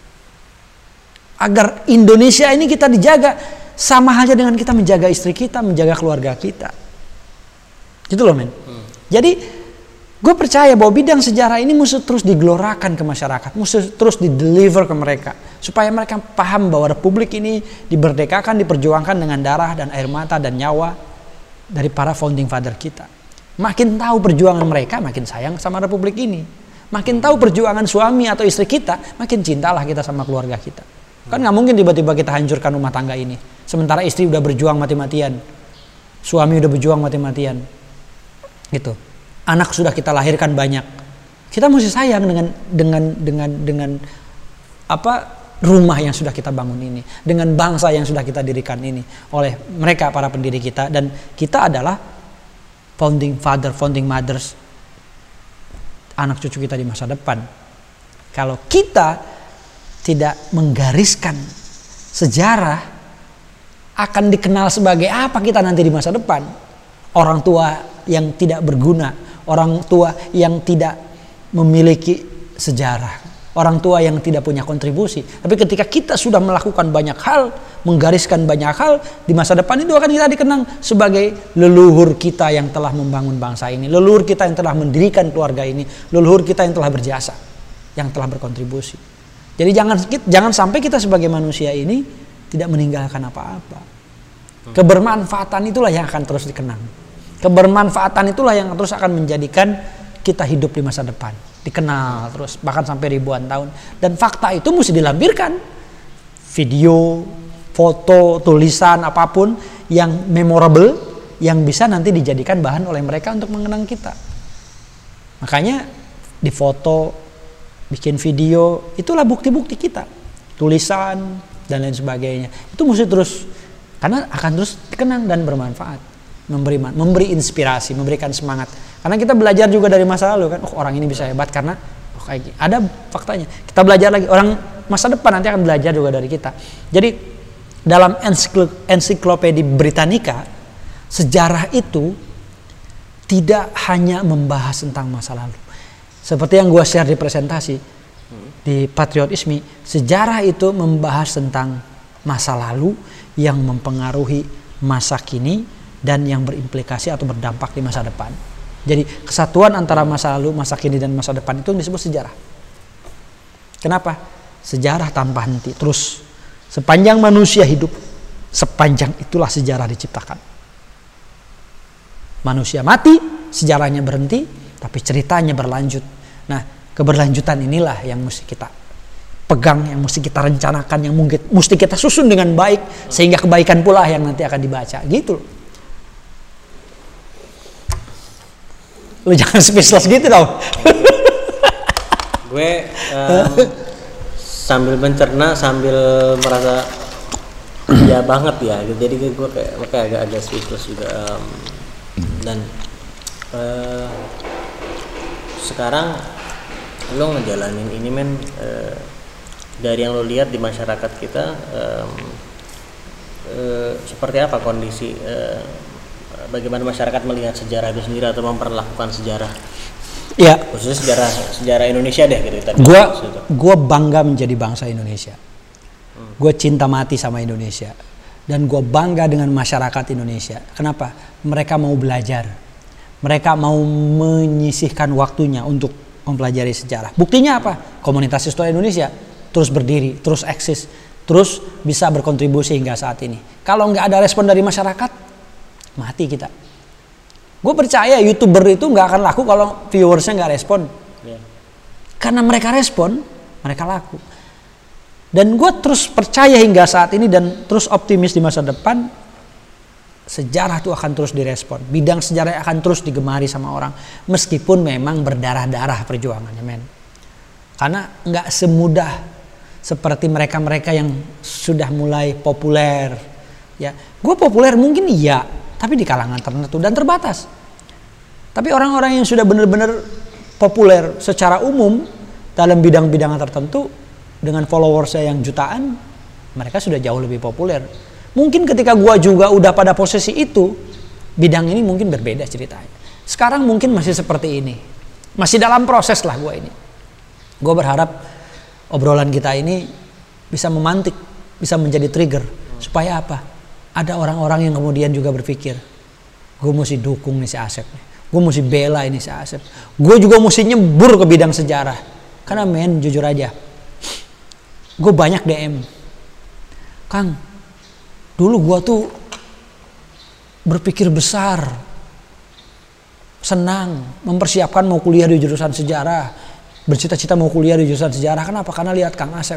Agar Indonesia ini kita dijaga sama halnya dengan kita menjaga istri kita, menjaga keluarga kita. Gitu loh men. Hmm. Jadi gue percaya bahwa bidang sejarah ini mesti terus digelorakan ke masyarakat, mesti terus dideliver ke mereka, supaya mereka paham bahwa Republik ini diberdekakan, diperjuangkan dengan darah dan air mata dan nyawa dari para founding father kita. Makin tahu perjuangan mereka, makin sayang sama Republik ini. Makin tahu perjuangan suami atau istri kita, makin cintalah kita sama keluarga kita. Kan nggak mungkin tiba-tiba kita hancurkan rumah tangga ini. Sementara istri udah berjuang mati-matian, suami udah berjuang mati-matian, gitu. Anak sudah kita lahirkan banyak. Kita mesti sayang dengan dengan dengan dengan apa rumah yang sudah kita bangun ini, dengan bangsa yang sudah kita dirikan ini oleh mereka para pendiri kita, dan kita adalah founding father, founding mothers anak cucu kita di masa depan. Kalau kita tidak menggariskan sejarah, akan dikenal sebagai apa kita nanti di masa depan? Orang tua yang tidak berguna, orang tua yang tidak memiliki sejarah, orang tua yang tidak punya kontribusi. Tapi ketika kita sudah melakukan banyak hal, menggariskan banyak hal, di masa depan itu akan kita dikenang sebagai leluhur kita yang telah membangun bangsa ini, leluhur kita yang telah mendirikan keluarga ini, leluhur kita yang telah berjasa, yang telah berkontribusi. Jadi jangan jangan sampai kita sebagai manusia ini tidak meninggalkan apa-apa. Kebermanfaatan itulah yang akan terus dikenang. Kebermanfaatan itulah yang terus akan menjadikan kita hidup di masa depan, dikenal terus bahkan sampai ribuan tahun. Dan fakta itu mesti dilampirkan. Video, foto, tulisan, apapun yang memorable, yang bisa nanti dijadikan bahan oleh mereka untuk mengenang kita. Makanya difoto, bikin video, itulah bukti-bukti kita, tulisan dan lain sebagainya. Itu mesti terus, karena akan terus dikenang dan bermanfaat, memberi memberi inspirasi, memberikan semangat. Karena kita belajar juga dari masa lalu kan, oh orang ini bisa hebat karena oh kayak gini. Ada faktanya. Kita belajar lagi, orang masa depan nanti akan belajar juga dari kita. Jadi dalam ensiklopedia Britannica, sejarah itu tidak hanya membahas tentang masa lalu. Seperti yang gue share di presentasi hmm. di Patriotisme, sejarah itu membahas tentang masa lalu yang mempengaruhi masa kini dan yang berimplikasi atau berdampak di masa depan. Jadi kesatuan antara masa lalu, masa kini dan masa depan itu disebut sejarah. Kenapa? Sejarah tanpa henti terus sepanjang manusia hidup, sepanjang itulah sejarah diciptakan. Manusia mati, sejarahnya berhenti, tapi ceritanya berlanjut. Nah, keberlanjutan inilah yang mesti kita pegang, yang mesti kita rencanakan, yang mungkin mesti kita susun dengan baik, sehingga kebaikan pula yang nanti akan dibaca. Gitu loh. Lu jangan speechless gitu dong. Gue um, sambil mencerna, sambil merasa ya banget ya. Jadi gue kayak, kayak agak agak speechless juga. Um, dan uh, sekarang lo ngejalanin ini men, uh, dari yang lo lihat di masyarakat kita, um, uh, seperti apa kondisi, uh, bagaimana masyarakat melihat sejarah itu sendiri atau memperlakukan sejarah? Ya, khususnya sejarah sejarah Indonesia deh gitu. Gue gue bangga menjadi bangsa Indonesia. Hmm. Gue cinta mati sama Indonesia. Dan gue bangga dengan masyarakat Indonesia. Kenapa? Mereka mau belajar. Mereka mau menyisihkan waktunya untuk mempelajari sejarah. Buktinya apa? Komunitas Histori Indonesia terus berdiri, terus eksis, terus bisa berkontribusi hingga saat ini. Kalau nggak ada respon dari masyarakat, mati kita. Gue percaya YouTuber itu nggak akan laku kalau viewersnya nggak respon. Yeah. Karena mereka respon, mereka laku. Dan gue terus percaya hingga saat ini dan terus optimis di masa depan, sejarah itu akan terus direspon. Bidang sejarah akan terus digemari sama orang. Meskipun memang berdarah-darah perjuangannya men. Karena nggak semudah seperti mereka-mereka yang sudah mulai populer. Ya, gue populer mungkin iya, tapi di kalangan tertentu dan terbatas. Tapi orang-orang yang sudah benar-benar populer secara umum dalam bidang-bidang tertentu, dengan followersnya yang jutaan, mereka sudah jauh lebih populer. Mungkin ketika gua juga udah pada posisi itu, bidang ini mungkin berbeda ceritanya. Sekarang mungkin masih seperti ini, masih dalam proses lah gua ini. Gua berharap obrolan kita ini bisa memantik, bisa menjadi trigger, supaya apa? Ada orang-orang yang kemudian juga berpikir, gue mesti dukung nih si Asep, gue mesti bela ini si Asep, gue juga mesti nyebur ke bidang sejarah. Karena men, jujur aja, gue banyak D M, Kang, dulu gue tuh berpikir besar, senang, mempersiapkan mau kuliah di jurusan sejarah, bercita-cita mau kuliah di jurusan sejarah. Kenapa? Karena lihat Kang Asep,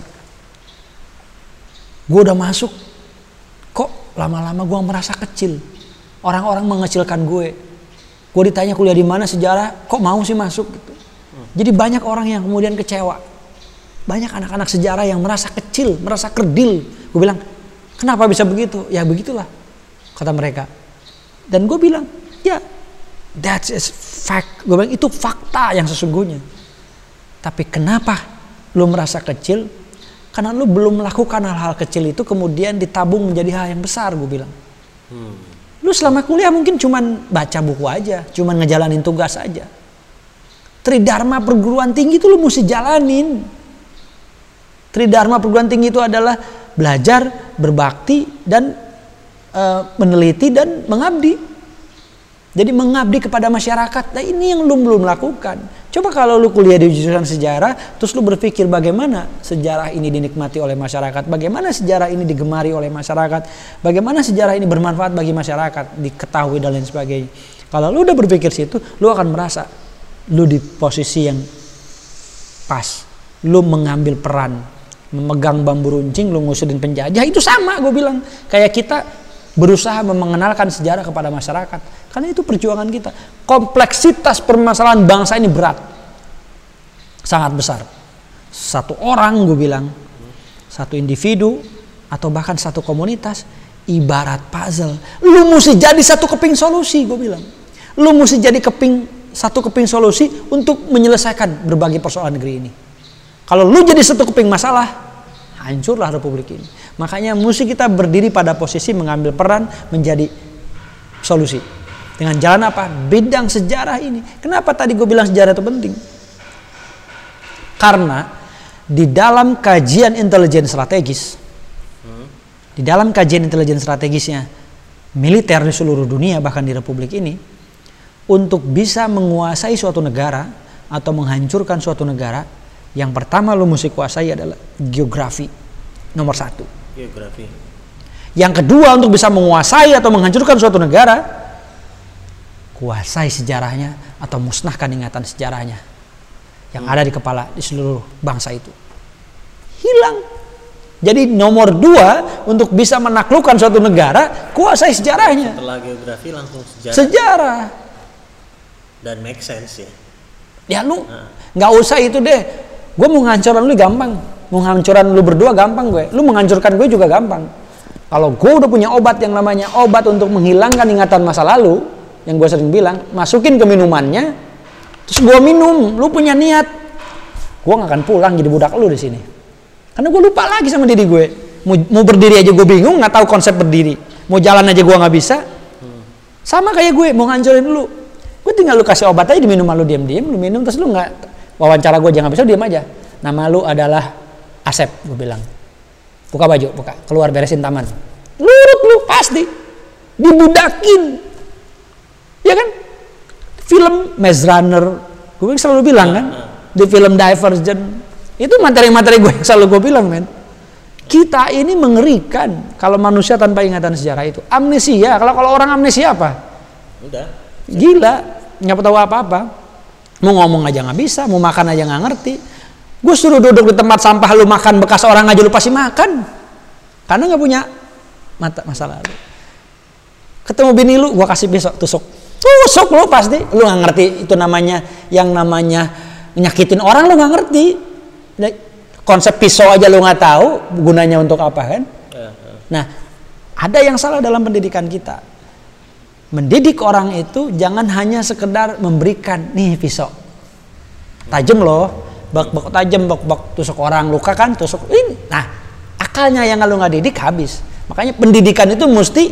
gue udah masuk, kok lama-lama gue merasa kecil, orang-orang mengecilkan gue, gue ditanya kuliah di mana sejarah, kok mau sih masuk gitu. Jadi banyak orang yang kemudian kecewa. Banyak anak-anak sejarah yang merasa kecil, merasa kerdil. Gue bilang, kenapa bisa begitu? Ya begitulah, kata mereka. Dan gue bilang, ya, that's a fact. Gue bilang, itu fakta yang sesungguhnya. Tapi kenapa lu merasa kecil? Karena lu belum melakukan hal-hal kecil itu kemudian ditabung menjadi hal yang besar, gue bilang. Hmm. Lu selama kuliah mungkin cuman baca buku aja, cuman ngejalanin tugas aja. Tridharma perguruan tinggi itu lu mesti jalanin. Tridharma perguruan tinggi itu adalah belajar, berbakti, dan e, meneliti dan mengabdi. Jadi mengabdi kepada masyarakat. Nah ini yang lu belum lakukan. Coba kalau lu kuliah di jurusan sejarah, terus lu berpikir bagaimana sejarah ini dinikmati oleh masyarakat, bagaimana sejarah ini digemari oleh masyarakat, bagaimana sejarah ini bermanfaat bagi masyarakat, diketahui dan lain sebagainya. Kalau lu udah berpikir situ, lu akan merasa lu di posisi yang pas. Lu mengambil peran, memegang bambu runcing, lu ngusulin penjajah, itu sama gue bilang. Kayak kita berusaha mengenalkan sejarah kepada masyarakat. Karena itu perjuangan kita. Kompleksitas permasalahan bangsa ini berat. Sangat besar. Satu orang gue bilang, satu individu, atau bahkan satu komunitas, ibarat puzzle. Lu mesti jadi satu keping solusi, gue bilang. Lu mesti jadi keping, satu keping solusi untuk menyelesaikan berbagai persoalan negeri ini. Kalau lu jadi satu keping masalah, hancurlah republik ini. Makanya mesti kita berdiri pada posisi mengambil peran menjadi solusi. Dengan jalan apa? Bidang sejarah ini. Kenapa tadi gue bilang sejarah itu penting? Karena di dalam kajian intelijen strategis, hmm. di dalam kajian intelijen strategisnya militer di seluruh dunia, bahkan di Republik ini, untuk bisa menguasai suatu negara atau menghancurkan suatu negara, yang pertama lo mesti kuasai adalah geografi, nomor satu. Geografi. Yang kedua, untuk bisa menguasai atau menghancurkan suatu negara, kuasai sejarahnya atau musnahkan ingatan sejarahnya yang hmm. ada di kepala di seluruh bangsa itu. Hilang. Jadi nomor dua, untuk bisa menaklukkan suatu negara, kuasai sejarahnya. Setelah geografi langsung sejarah. Sejarah. Dan make sense ya. Ya lu nggak nah. usah itu deh. Gue mau ngancuran lu gampang. Mau ngancuran lu berdua gampang gue. Lu menghancurkan gue juga gampang. Kalau gue udah punya obat yang namanya obat untuk menghilangkan ingatan masa lalu, yang gue sering bilang, masukin ke minumannya, terus gue minum, lu punya niat, gue gak akan pulang jadi budak lu di sini. Karena gue lupa lagi sama diri gue. Mau, mau berdiri aja gue bingung, nggak tahu konsep berdiri. Mau jalan aja gue nggak bisa. Sama kayak gue, mau ngancurin lu. Gue tinggal lu kasih obat aja di minuman lu, diam-diam, lu minum, terus lu nggak wawancara gue jangan bisa, lu diam aja. Nama lu adalah Asep, gue bilang. Buka baju, buka, keluar beresin taman. Lurut lu pasti dibudakin, ya kan? Film Maze Runner, gue selalu bilang kan, di film Divergent, itu materi-materi gue yang selalu gue bilang, men. Kita ini mengerikan kalau manusia tanpa ingatan sejarah itu. Amnesia, kalau kalau orang amnesia apa? Udah. Gila, nggak tahu apa-apa. Mau ngomong aja nggak bisa, mau makan aja nggak ngerti. Gue suruh duduk di tempat sampah, lu makan bekas orang aja lu pasti makan, karena nggak punya mata masa lalu. Ketemu bini lu, gue kasih besok tusuk, tusuk lu pasti, lu nggak ngerti itu namanya, yang namanya nyakitin orang, lu nggak ngerti. Konsep pisau aja lu nggak tahu gunanya untuk apa kan? Nah, ada yang salah dalam pendidikan kita. Mendidik orang itu jangan hanya sekedar memberikan nih pisau, tajam loh. Bak-bak tajam, bak-bak tusuk orang, luka kan, tusuk ini. Nah, akalnya yang kalau nggak didik habis. Makanya pendidikan itu mesti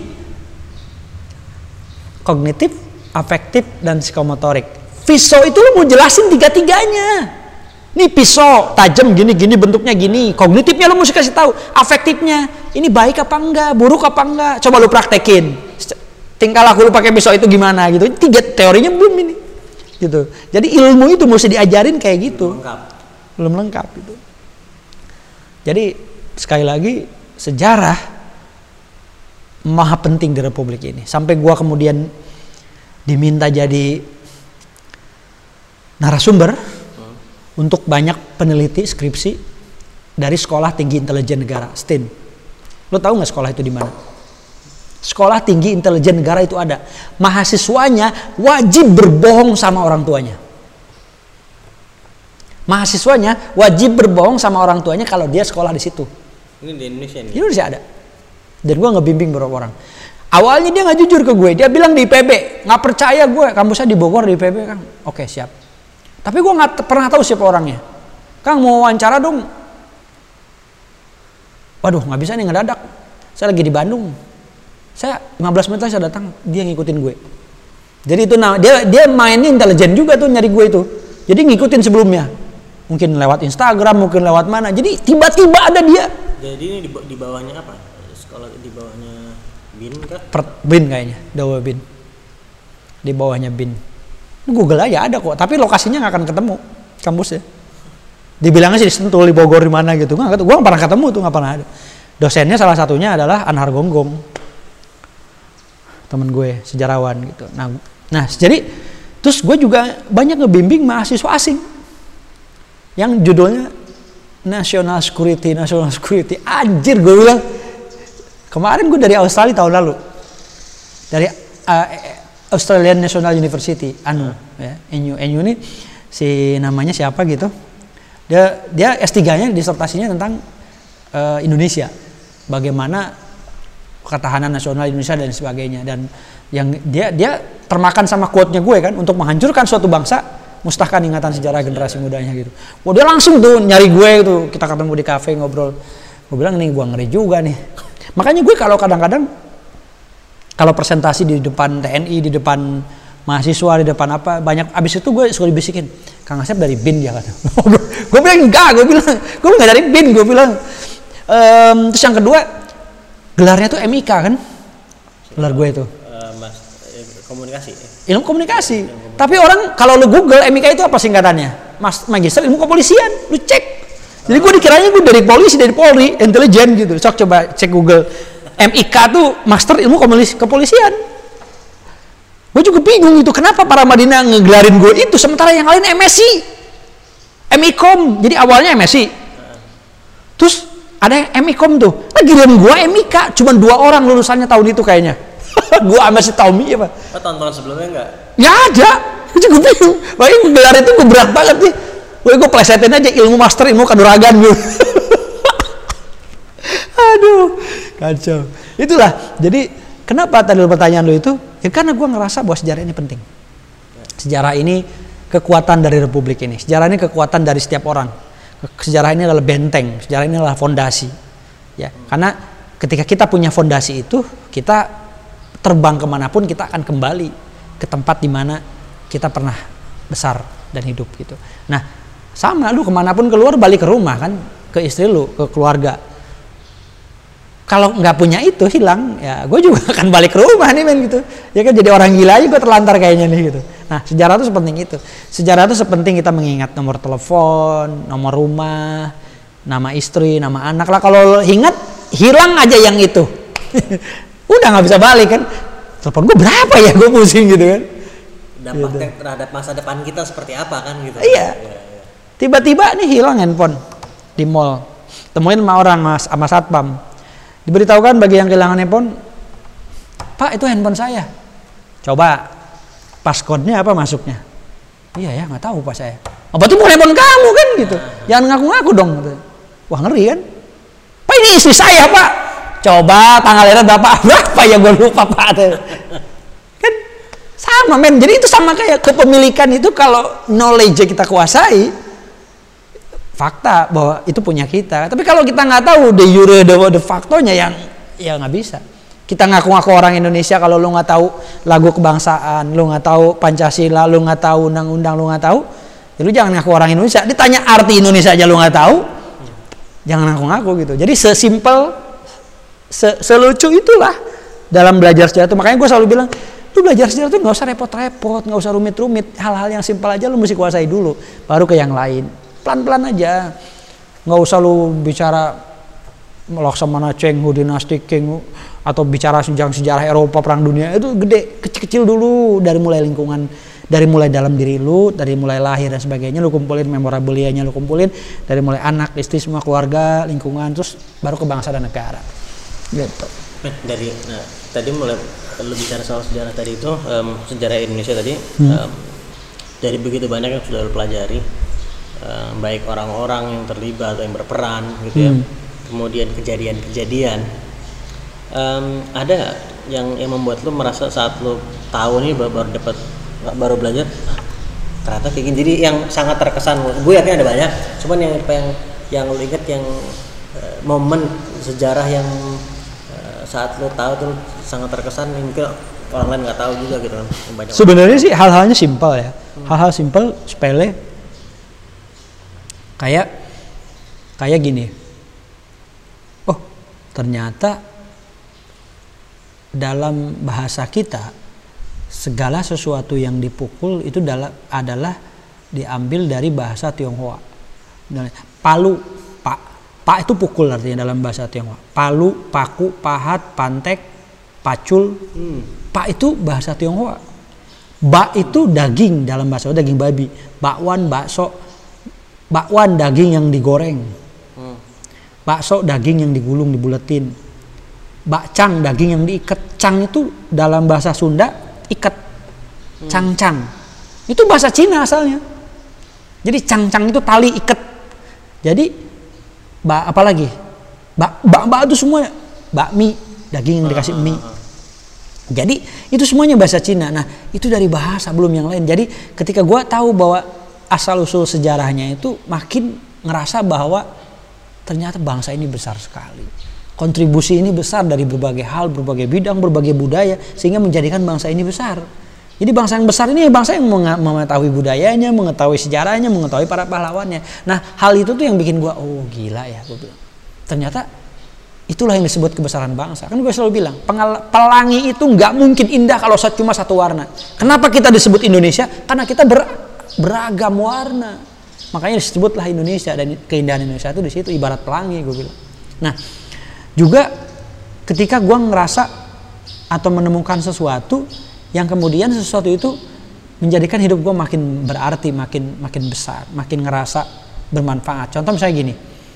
kognitif, afektif, dan psikomotorik. Pisau itu lu mau jelasin tiga-tiganya. Nih pisau tajam gini-gini, bentuknya gini. Kognitifnya lu mesti kasih tahu. Afektifnya ini baik apa enggak, buruk apa enggak. Coba lu praktekin. Tingkah laku lu pakai pisau itu gimana gitu. Tiga teorinya belum ini. Gitu. Jadi ilmu itu mesti diajarin kayak gitu. Lengkap. Belum lengkap itu. Jadi sekali lagi sejarah maha penting di Republik ini. Sampai gua kemudian diminta jadi narasumber hmm. untuk banyak peneliti skripsi dari Sekolah Tinggi Intelijen Negara, S T I N. Lo tahu nggak sekolah itu di mana? Sekolah Tinggi Intelijen Negara itu ada. Mahasiswanya wajib berbohong sama orang tuanya. Mahasiswanya wajib berbohong sama orang tuanya kalau dia sekolah di situ. Ini di Indonesia nih? Di Indonesia ada. Dan gue ngebimbing beberapa orang. Awalnya dia nggak jujur ke gue. Dia bilang di I P B. Nggak percaya gue. Kampusnya di Bogor, di I P B kan. Oke siap. Tapi gue nggak pernah tahu siapa orangnya. Kang mau wawancara dong. Waduh nggak bisa nih, ngedadak. Saya lagi di Bandung. Saya lima belas menit lagi saya datang, dia ngikutin gue. Jadi itu nah, dia dia mainnya intelijen juga tuh nyari gue itu. Jadi ngikutin sebelumnya. Mungkin lewat Instagram, mungkin lewat mana. Jadi tiba-tiba ada dia. Jadi ini di, di bawahnya apa? Sekolah di bawahnya B I N kah? Per, B I N kayaknya, Dawa B I N. Di bawahnya B I N. Google aja ada kok, tapi lokasinya nggak akan ketemu kampusnya. Dibilangnya sih di Sentul, di Bogor, di mana gitu. Gue nggak pernah ketemu tuh, nggak pernah ada. Dosennya salah satunya adalah Anhar Gonggong. Temen gue sejarawan gitu. Nah, nah jadi terus gue juga banyak ngebimbing mahasiswa asing yang judulnya National Security, National Security. Anjir gue bilang, kemarin gue dari Australia tahun lalu, dari uh, Australian National University, anu, ya, N U, N U ini si namanya siapa gitu. Dia dia S tiga-nya disertasinya tentang uh, Indonesia, bagaimana ketahanan nasional Indonesia dan sebagainya, dan yang dia dia termakan sama quote-nya gue kan, untuk menghancurkan suatu bangsa mustahkan ingatan sejarah generasi mudanya gitu. Wah dia langsung tuh nyari gue itu, kita ketemu di kafe ngobrol. Gue bilang nih gue ngeri juga nih. Makanya gue kalau kadang-kadang kalau presentasi di depan T N I, di depan mahasiswa, di depan apa, banyak. Abis itu gue suka dibisikin, Kang Asep dari B I N dia kata. Gue bilang enggak, gue bilang gue nggak dari B I N, gue bilang. Um, terus yang kedua, gelarnya tuh M I K kan, gelar gue itu. Uh, mas, eh, komunikasi. Ilmu komunikasi. Ilmu komunikasi. Tapi orang kalau lu Google M I K itu apa singkatannya? Mas, magister ilmu kepolisian, lu cek. Jadi gue dikiranya gue dari polisi, dari Polri, intelijen gitu. Sok coba cek Google. M I K tuh master ilmu kepolisian. Gue juga bingung itu kenapa para Madinah ngegelarin gue itu sementara yang lain M S I, M I Com. Jadi awalnya M S I, terus ada yang M I Com tuh. Nah giliran gue M I K, cuma dua orang lulusannya tahun itu kayaknya. Gue sama si Tommy apa? Oh, tahun-tahun sebelumnya enggak? Ya ada. Gue juga bingung. Makanya gelar itu gue berat banget nih. Gue gue plesetin aja ilmu master ilmu kanuragan gitu. Aduh, kacau. Itulah. Jadi kenapa tadi pertanyaan lo itu? Ya karena gue ngerasa bahwa sejarah ini penting. Sejarah ini kekuatan dari Republik ini. Sejarah ini kekuatan dari setiap orang. Sejarah ini adalah benteng. Sejarah ini adalah fondasi. Ya, karena ketika kita punya fondasi itu, kita terbang kemanapun kita akan kembali ke tempat di mana kita pernah besar dan hidup gitu. Nah, sama lu kemanapun keluar balik ke rumah kan, ke istri lu, ke keluarga. Kalau nggak punya itu hilang, ya gue juga akan balik ke rumah nih men gitu. Ya kan jadi orang gila aja gue terlantar kayaknya nih gitu. Nah sejarah itu sepenting itu. Sejarah itu sepenting kita mengingat nomor telepon, nomor rumah, nama istri, nama anak lah. Kalau ingat hilang aja yang itu, udah nggak bisa balik kan. Telepon gue berapa ya, gue pusing gitu kan. Dampaknya gitu terhadap masa depan kita seperti apa kan gitu. Iya. Ya, ya. Tiba-tiba nih hilang handphone di mall. Temuin sama orang mas, sama satpam. Diberitahukan bagi yang kehilangan handphone, Pak itu handphone saya. Coba passcode-nya apa masuknya? Iya ya nggak tahu Pak saya. Oh berarti bukan handphone kamu kan gitu. Jangan ngaku-ngaku dong. Wah ngeri kan? Pak ini istri saya Pak. Coba tanggal lahir bapak berapa ya gue lupa Pak. Kan sama men. Jadi itu sama kayak kepemilikan itu kalau knowledge kita kuasai. Fakta bahwa itu punya kita. Tapi kalau kita nggak tahu de jure de, de faktonya yang ya nggak bisa. Kita ngaku-ngaku orang Indonesia kalau lu nggak tahu lagu kebangsaan, lu nggak tahu Pancasila, lu nggak tahu undang-undang, lu nggak tahu, ya lu jangan ngaku orang Indonesia. Ditanya arti Indonesia aja lu nggak tahu, jangan ngaku-ngaku gitu. Jadi sesimpel, se selucu itulah dalam belajar sejarah itu. Makanya gue selalu bilang, lu belajar sejarah itu nggak usah repot-repot, nggak usah rumit-rumit. Hal-hal yang simpel aja lu mesti kuasai dulu, baru ke yang lain. Pelan-pelan aja, nggak usah lu bicara Laksamana Cheng Hu dinasti King atau bicara sejarah sejarah Eropa perang dunia itu gede, kecil-kecil dulu dari mulai lingkungan, dari mulai dalam diri lu, dari mulai lahir dan sebagainya lu kumpulin memorabilianya, lu kumpulin dari mulai anak, istri, semua keluarga, lingkungan, terus baru ke bangsa dan negara. Gitu. Dari nah, tadi mulai lu bicara soal sejarah tadi itu um, sejarah Indonesia tadi hmm. um, dari begitu banyak yang sudah lu pelajari. Uh, baik orang-orang yang terlibat atau yang berperan gitu ya, hmm. kemudian kejadian-kejadian um, ada yang yang membuat lu merasa saat lu tahu nih baru, baru dapat baru belajar ah, ternyata kayak gini, jadi yang sangat terkesan gue yakin ada banyak, cuman yang yang yang lu inget yang uh, momen sejarah yang uh, saat lu tahu tuh sangat terkesan yang mungkin orang lain nggak tahu juga gitu kan. Sebenarnya sih hal-halnya simpel ya, hmm. hal-hal simpel sepele. Kayak kayak gini, oh ternyata dalam bahasa kita segala sesuatu yang dipukul itu adalah diambil dari bahasa Tionghoa. Palu, pak, pak itu pukul artinya dalam bahasa Tionghoa. Palu, paku, pahat, pantek, pacul, hmm. pak itu bahasa Tionghoa. Bak itu daging dalam bahasa daging babi, bakwan, bakso. Bakwan daging yang digoreng, hmm. bakso daging yang digulung dibuletin, bakcang daging yang diikat. Cang itu dalam bahasa Sunda ikat, hmm. cang-cang itu bahasa Cina asalnya. Jadi cang-cang itu tali ikat. Jadi bak apa lagi? Bak bak bak itu semuanya bakmi daging yang dikasih mie. Jadi itu semuanya bahasa Cina. Nah itu dari bahasa belum yang lain. Jadi ketika gua tahu bahwa asal-usul sejarahnya itu makin ngerasa bahwa ternyata bangsa ini besar sekali. kontribusi ini besar dari berbagai hal, berbagai bidang, berbagai budaya, sehingga menjadikan bangsa ini besar. Jadi bangsa yang besar ini bangsa yang mengetahui budayanya, mengetahui sejarahnya, mengetahui para pahlawannya. Nah, hal itu tuh yang bikin gua, oh gila ya, gua bilang. Ternyata itulah yang disebut kebesaran bangsa. Kan gue selalu bilang, pelangi itu nggak mungkin indah kalau cuma satu warna. Kenapa kita disebut Indonesia? Karena kita ber, beragam warna. Makanya disebutlah Indonesia, dan keindahan Indonesia itu di situ ibarat pelangi, gue bilang. Nah, juga ketika gue ngerasa atau menemukan sesuatu yang kemudian sesuatu itu menjadikan hidup gue makin berarti, makin makin besar, makin ngerasa bermanfaat. Contoh misalnya gini,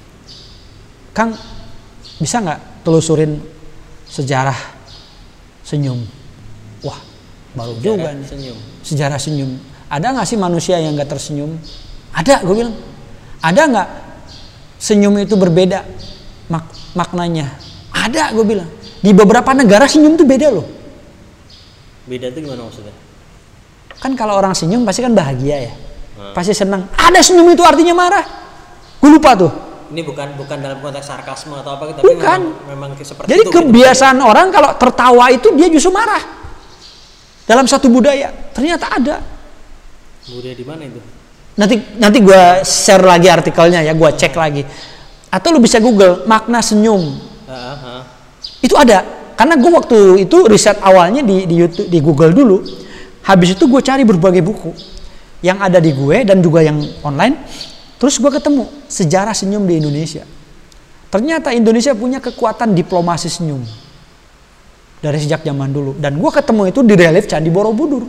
Kang, bisa nggak telusurin sejarah senyum? Wah, baru sejarah juga nih. Senyum. Sejarah senyum. Ada nggak sih manusia yang nggak tersenyum? Ada, gue bilang. Ada nggak senyum itu berbeda mak maknanya? Ada, gue bilang. Di beberapa negara senyum itu beda loh. Beda itu gimana maksudnya? Kan kalau orang senyum pasti kan bahagia ya, hmm. pasti senang. Ada senyum itu artinya marah. Gue lupa tuh. Ini bukan bukan dalam konteks sarkasme atau apa, tapi bukan. Memang, memang seperti jadi itu. Jadi kebiasaan gitu. Orang kalau tertawa itu dia justru marah. Dalam satu budaya ternyata ada. Budaya di mana itu? Nanti nanti gue share lagi artikelnya ya, gue cek lagi. Atau lu bisa Google makna senyum. Uh-huh. Itu ada. Karena gue waktu itu riset awalnya di, di YouTube, di Google dulu. Habis itu gue cari berbagai buku yang ada di gue dan juga yang online. Terus gue ketemu sejarah senyum di Indonesia. Ternyata Indonesia punya kekuatan diplomasi senyum dari sejak zaman dulu. Dan gue ketemu itu di relief Candi Borobudur.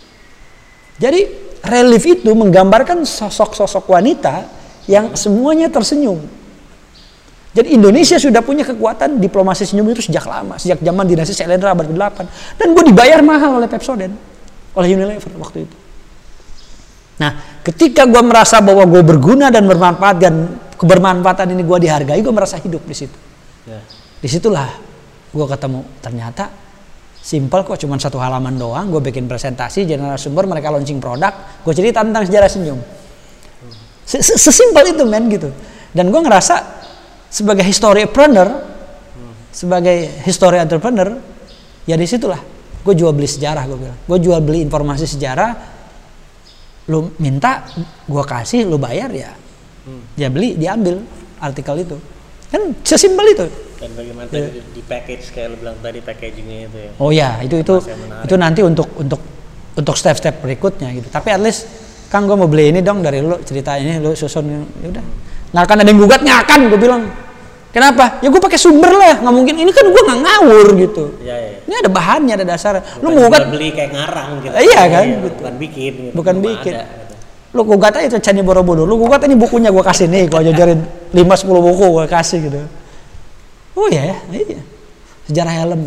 Jadi relief itu menggambarkan sosok-sosok wanita yang semuanya tersenyum. Jadi Indonesia sudah punya kekuatan diplomasi senyum itu sejak lama, sejak zaman dinasti Syailendra abad kedelapan. Dan gue dibayar mahal oleh Pepsodent, oleh Unilever waktu itu. Nah, ketika gue merasa bahwa gue berguna dan bermanfaat, dan kebermanfaatan ini gue dihargai, gue merasa hidup di situ. Ya. Disitulah gue ketemu, ternyata simple kok, cuma satu halaman doang. Gue bikin presentasi, jadi narasumber, mereka launching produk, gue cerita tentang sejarah senyum. Sesimpel itu men gitu. Dan gue ngerasa sebagai historipreneur, hmm. sebagai history entrepreneur, ya disitulah gue jual beli sejarah, gue bilang. Gue jual beli informasi sejarah, lu minta, gue kasih, lu bayar ya, hmm. dia beli, diambil artikel itu, kan sesimpel itu. Dan bagaimana ya. Tadi di package kayak lu bilang tadi packagingnya itu ya. Oh ya, itu itu itu nanti untuk untuk untuk step-step berikutnya gitu. Tapi at least, Kang, gue mau beli ini dong dari lu, cerita ini lu susun, ya udah. Nggak akan ada yang gugat, nggak akan, gue bilang. Kenapa? Ya gue pakai sumber lah, nggak mungkin. Ini kan gue nggak ngawur gitu. Ya, ya. Ini ada bahannya, ada dasar. Bukan lu mau gugat beli kayak ngarang gitu. Iya kan? Ya, gitu. Bukan bikin. Gitu. Bukan Belum bikin. Ada, gitu. Lu gugat aja itu Candi Borobudur. Lu gugat ini bukunya gue kasih nih, gue jajarin lima sepuluh buku gue kasih gitu. Oh iya, iya. Sejarah helm.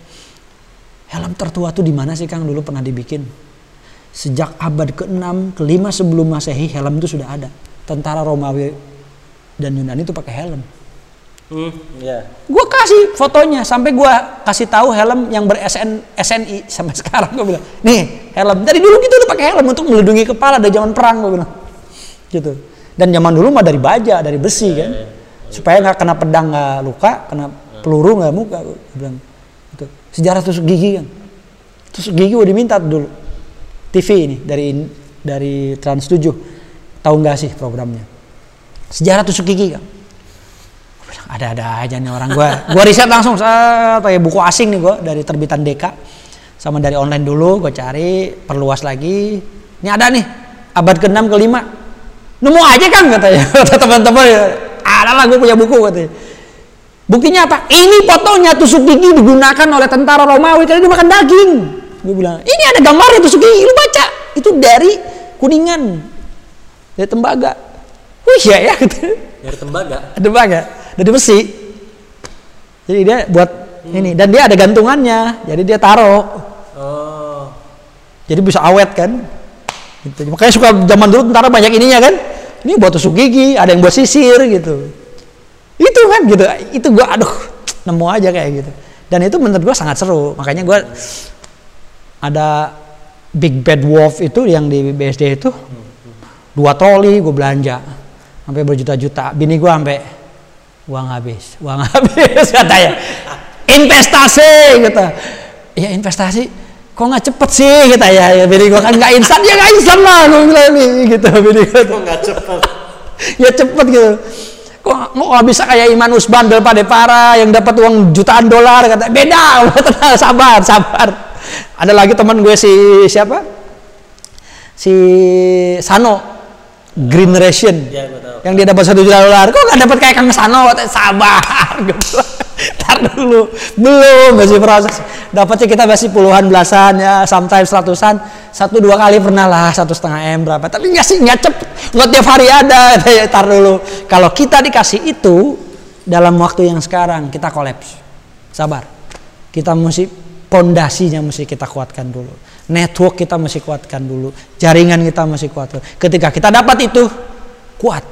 Helm tertua tuh di mana sih Kang dulu pernah dibikin? Sejak abad keenam, kelima sebelum Masehi, helm itu sudah ada. Tentara Romawi dan Yunani itu pakai helm. Hmm, yeah. Gue kasih fotonya, sampai gue kasih tahu helm yang ber S N I sampai sekarang. Gue bilang, nih helm. Dari dulu gitu udah pakai helm untuk melindungi kepala dari zaman perang, gue bilang. Gitu. Dan zaman dulu mah dari baja, dari besi kan, yeah, yeah. supaya nggak kena pedang nggak luka, kena yeah. peluru nggak muka. Gue bilang. Gitu. Sejarah tusuk gigi kan. Tusuk gigi gue diminta dulu. T V ini dari dari Trans tujuh. Tahu nggak sih programnya? Sejarah tusuk gigi kan. Ada-ada aja nih orang. Gue gue riset langsung, saya pakai buku asing nih gue dari terbitan Deka, sama dari online dulu gue cari, perluas lagi. Ini ada nih abad keenam kelima, nemu aja kan katanya. Kata teman-teman, ada lah gue punya buku katanya. Buktinya apa? Ini fotonya tusuk gigi digunakan oleh tentara Romawi karena dia makan daging. Gue bilang, ini ada gambarnya tusuk gigi, lu baca. Itu dari Kuningan, dari tembaga. Wih ya ya gitu. Dari tembaga. Tembaga. Dari besi. Jadi dia buat hmm. ini, dan dia ada gantungannya, jadi dia taruh. Oh. Jadi bisa awet kan. Gitu. Makanya suka zaman dulu tentara banyak ininya kan. Ini buat tusuk gigi, ada yang buat sisir gitu. Itu kan gitu. Itu gua aduh nemu aja kayak gitu. Dan itu menurut gua sangat seru. Makanya gua ada Big Bad Wolf itu yang di B S D itu dua troli gua belanja sampai berjuta-juta. Bini gua sampai Uang habis, uang habis katanya. Investasi gitu. Ya investasi kok nggak cepet sih gitu ya. Ya bini gue kan nggak instan, ya nggak instan lah gue bilang nih gitu bini gue. Kok nggak cepet? Ya cepet gitu. Kok nggak bisa kayak Iman Usman Del Padepara yang dapat uang jutaan dolar kata. Beda, tenang, sabar, sabar. Ada lagi teman gue si siapa? Si Sano, Green Ration. Ya, yang dia dapat satu juta dolar. Kok nggak dapat kayak Kang Sano? Kata, sabar. Ntar dulu, belum masih proses. Dapatnya kita masih puluhan, belasan ya, sometimes ratusan. Satu dua kali pernah lah, satu setengah m berapa. Tapi nggak sih, nggak cepet, nggak tiap hari ada. Ntar dulu. Kalau kita dikasih itu dalam waktu yang sekarang, kita kolaps. Sabar. Kita mesti pondasinya mesti kita kuatkan dulu. Network kita mesti kuatkan dulu. Jaringan kita mesti kuat. Ketika kita dapat itu kuat.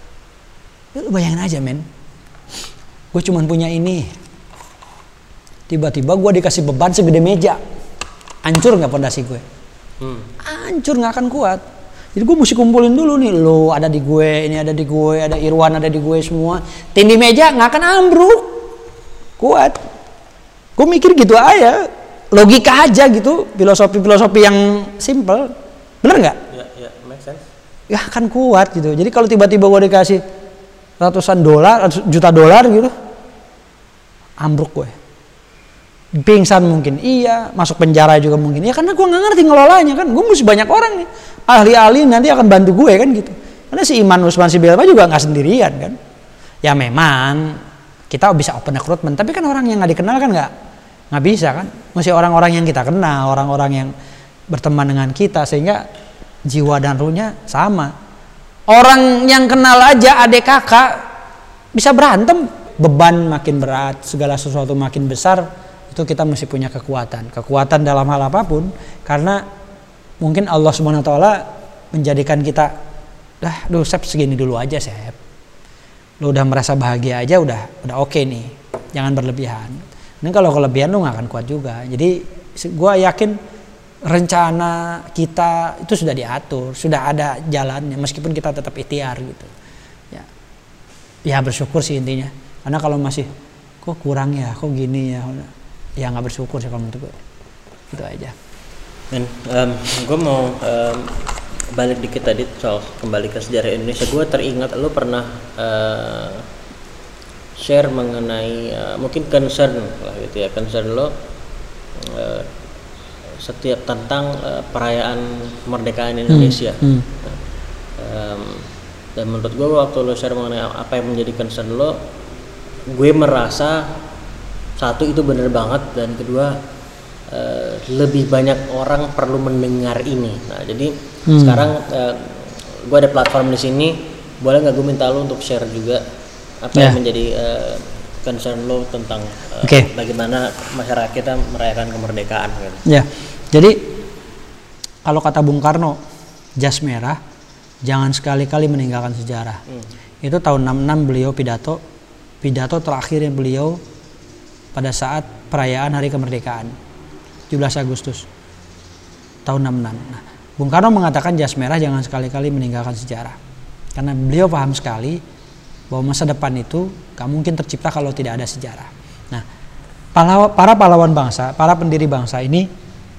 Lu bayangin aja men. Gue cuman punya ini. Tiba-tiba gue dikasih beban segede meja. Hancur gak pondasi gue? Hmm. Hancur gak akan kuat. Jadi gue mesti kumpulin dulu nih. Lo ada di gue, ini ada di gue, ada Irwan ada di gue semua. Tindih meja gak akan ambruk. Kuat. Gue mikir gitu aja. Logika aja gitu. Filosofi-filosofi yang simple. Bener gak? Ya, ya, make sense. Ya kan kuat gitu. Jadi kalau tiba-tiba gue dikasih ratusan dolar, juta dolar gitu, ambruk gue, pingsan mungkin, iya, masuk penjara juga mungkin, ya karena gue nggak ngerti ngelolanya kan, gue mesti banyak orang nih, ahli-ahli nanti akan bantu gue kan gitu, karena si Iman Usman si Belva juga nggak sendirian kan, ya memang kita bisa open recruitment, tapi kan orang yang nggak dikenal kan nggak nggak bisa kan, mesti orang-orang yang kita kenal, orang-orang yang berteman dengan kita sehingga jiwa dan ruhnya sama. Orang yang kenal aja adik kakak bisa berantem, beban makin berat, segala sesuatu makin besar, itu kita mesti punya kekuatan. Kekuatan dalam hal apapun, karena mungkin Allah Subhanahu wa taala menjadikan kita, dah, duh Sep segini dulu aja Sep. Lu udah merasa bahagia aja udah udah oke okay nih. Jangan berlebihan. Ini kalau kelebihan lu gak akan kuat juga. Jadi gue yakin rencana kita itu sudah diatur, sudah ada jalannya, meskipun kita tetap ikhtiar gitu. Ya, ya bersyukur sih intinya. Karena kalau masih kok kurang ya, kok gini ya, ya nggak bersyukur sih kalau menurut gue. Itu aja. Men, um, gue mau um, balik dikit tadi soal kembali ke sejarah Indonesia. Gue teringat lo pernah uh, share mengenai uh, mungkin concern lah gitu ya, concern lo. Uh, setiap tentang uh, perayaan kemerdekaan Indonesia. Hmm. Hmm. Nah, um, dan menurut gue waktu lo share mengenai apa yang menjadi concern lo, gue merasa satu itu bener banget, dan kedua uh, lebih banyak orang perlu mendengar ini. Nah jadi hmm. sekarang uh, gue ada platform di sini, boleh nggak gue minta lo untuk share juga apa yeah. yang menjadi uh, concern lo tentang uh, okay. bagaimana masyarakat kita merayakan kemerdekaan gitu. Ya. Jadi kalau kata Bung Karno, jas merah jangan sekali-kali meninggalkan sejarah. Hmm. Itu tahun enam puluh enam beliau pidato pidato terakhir yang beliau pada saat perayaan Hari Kemerdekaan tujuh belas Agustus tahun enam puluh enam. Nah, Bung Karno mengatakan jas merah jangan sekali-kali meninggalkan sejarah. Karena beliau paham sekali bahwa masa depan itu gak mungkin tercipta kalau tidak ada sejarah. Nah, para pahlawan bangsa, para pendiri bangsa ini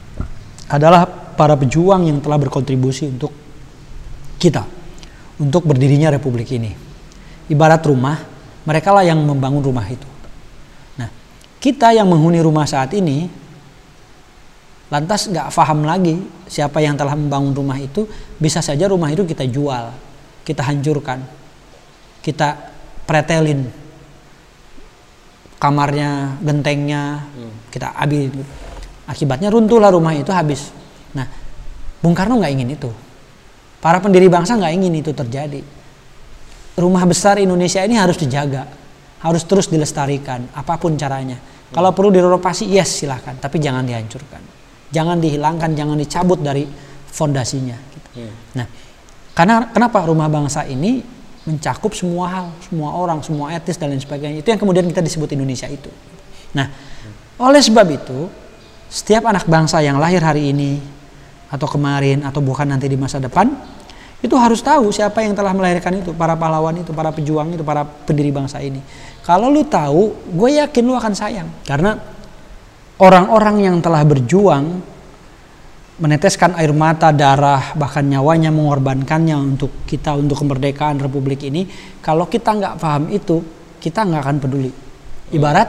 adalah para pejuang yang telah berkontribusi untuk kita, untuk berdirinya republik ini. Ibarat rumah, mereka lah yang membangun rumah itu. Nah, kita yang menghuni rumah saat ini, lantas gak paham lagi siapa yang telah membangun rumah itu, bisa saja rumah itu kita jual, kita hancurkan, kita pretelin, kamarnya, gentengnya, hmm. kita ambil. Akibatnya runtuhlah rumah itu, habis. Nah, Bung Karno nggak ingin itu. Para pendiri bangsa nggak ingin itu terjadi. Rumah besar Indonesia ini harus dijaga, harus terus dilestarikan, apapun caranya. Hmm. Kalau perlu direnovasi, yes silahkan, tapi jangan dihancurkan, jangan dihilangkan, jangan dicabut dari fondasinya. Gitu. Hmm. Nah, karena kenapa rumah bangsa ini mencakup semua hal, semua orang, semua etnis dan lain sebagainya. Itu yang kemudian kita disebut Indonesia itu. Nah, hmm. oleh sebab itu, setiap anak bangsa yang lahir hari ini atau kemarin atau bahkan nanti di masa depan Itu harus tahu siapa yang telah melahirkan itu, para pahlawan itu, para pejuang itu, para pendiri bangsa ini. Kalau lu tahu, gue yakin lu akan sayang. Karena orang-orang yang telah berjuang, meneteskan air mata, darah, bahkan nyawanya mengorbankannya untuk kita, untuk kemerdekaan Republik ini. Kalau kita nggak paham itu, kita nggak akan peduli. Ibarat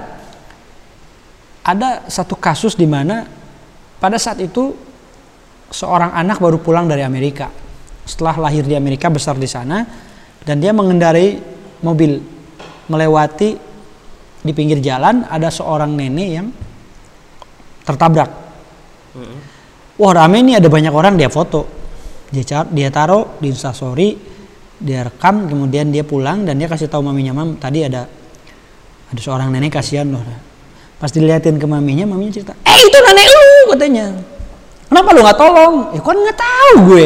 ada satu kasus di mana pada saat itu seorang anak baru pulang dari Amerika. Setelah lahir di Amerika, besar di sana, dan dia mengendarai mobil melewati di pinggir jalan, ada seorang nenek yang tertabrak. Mm-hmm. Wah, rame nih, ada banyak orang, dia foto, dia dia taruh di Instastory, dia rekam, kemudian dia pulang dan dia kasih tahu maminya, mam tadi ada ada seorang nenek, kasihan loh. Pas diliatin ke maminya, maminya cerita, eh itu nenek lu, katanya. Kenapa lu nggak tolong? Ya kan nggak tahu gue.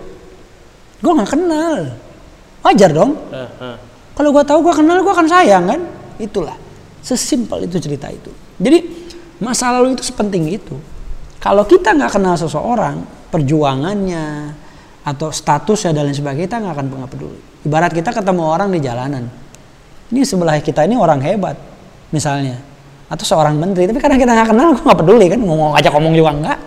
Gue nggak kenal, wajar dong. Uh, uh. Kalau gue tahu, gue kenal, gue akan sayang kan. Itulah, sesimpel itu cerita itu. Jadi masa lalu itu sepenting itu. Kalau kita nggak kenal seseorang, perjuangannya atau statusnya dan lain sebagainya, kita nggak akan nggak peduli. Ibarat kita ketemu orang di jalanan, ini sebelah kita ini orang hebat, misalnya, atau seorang menteri, tapi karena kita nggak kenal, gue nggak peduli kan, ngomong aja ngomong juga enggak,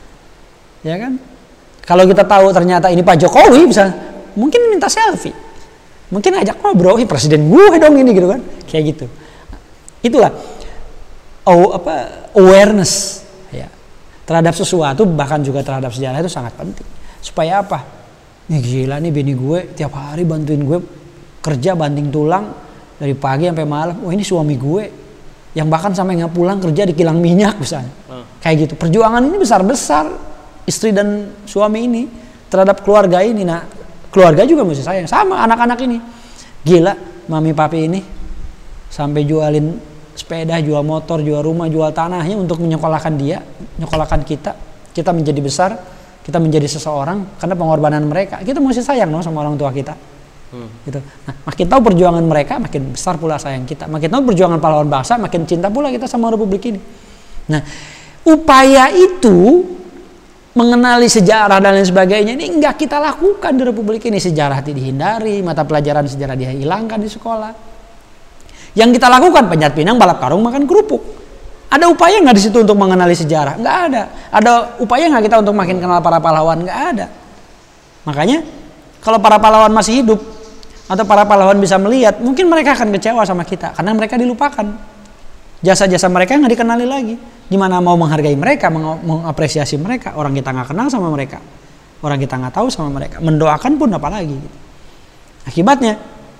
ya kan? Kalau kita tahu ternyata ini Pak Jokowi, bisa mungkin minta selfie, mungkin ajak ngobrol, oh, presiden gue dong ini gitu kan, kayak gitu. Itulah oh, apa awareness ya terhadap sesuatu, bahkan juga terhadap sejarah itu sangat penting. Supaya apa? Nih gila nih bini gue tiap hari bantuin gue kerja banting tulang dari pagi sampai malam. Oh ini suami gue yang bahkan sampai nggak pulang kerja di kilang minyak misalnya. Hmm. Kayak gitu. Perjuangan ini besar-besar. Istri dan suami ini terhadap keluarga ini, nah keluarga juga mesti sayang sama anak-anak ini. Gila mami papi ini sampai jualin sepeda, jual motor, jual rumah, jual tanahnya untuk menyekolahkan dia, menyekolahkan kita, kita menjadi besar, kita menjadi seseorang karena pengorbanan mereka. Kita mesti sayang dong sama orang tua kita. Hmm. Gitu. Nah, makin tahu perjuangan mereka, makin besar pula sayang kita. Makin tahu perjuangan pahlawan bangsa, makin cinta pula kita sama Republik ini. Nah, upaya itu mengenali sejarah dan lain sebagainya ini enggak kita lakukan di Republik ini. Sejarah dihindari, mata pelajaran sejarah dihilangkan di sekolah. Yang kita lakukan panjat pinang, balap karung, makan kerupuk. Ada upaya nggak di situ untuk mengenali sejarah? Nggak ada. Ada upaya nggak kita untuk makin kenal para pahlawan? Nggak ada. Makanya kalau para pahlawan masih hidup atau para pahlawan bisa melihat, mungkin mereka akan kecewa sama kita karena mereka dilupakan. Jasa-jasa mereka nggak dikenali lagi. Gimana mau menghargai mereka, mengapresiasi mereka? Orang kita nggak kenal sama mereka, orang kita nggak tahu sama mereka. Mendoakan pun apalagi. Akibatnya